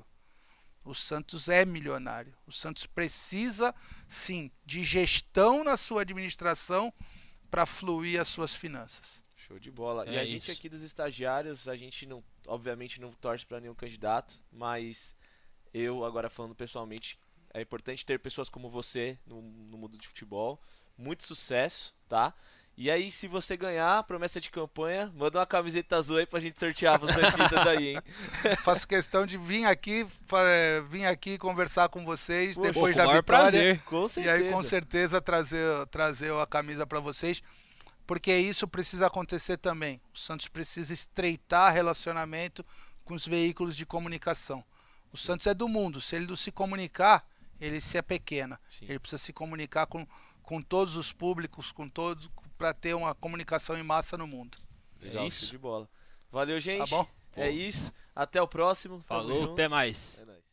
O Santos é milionário. O Santos precisa, sim, de gestão na sua administração para fluir as suas finanças. Show de bola. É e a isso. gente aqui dos estagiários, a gente não, obviamente não torce para nenhum candidato, mas eu, agora falando pessoalmente, é importante ter pessoas como você no, no mundo de futebol. Muito sucesso, tá? E aí, se você ganhar, promessa de campanha, manda uma camiseta azul aí pra gente sortear pros santistas aí, hein? Faço questão de vir aqui, é, vir aqui conversar com vocês Pô, depois com o da maior vitória. prazer. Com E certeza. aí, com certeza, trazer, trazer a camisa para vocês, porque isso precisa acontecer também. O Santos precisa estreitar relacionamento com os veículos de comunicação. O Santos é do mundo. Se ele não se comunicar, ele se é pequena. Sim. Ele precisa se comunicar com, com todos os públicos, com todos, para ter uma comunicação em massa no mundo. Legal, É isso. show de bola. Valeu, gente. Tá bom? É isso. Até o próximo. Tamo Falou, junto. até mais. É nóis.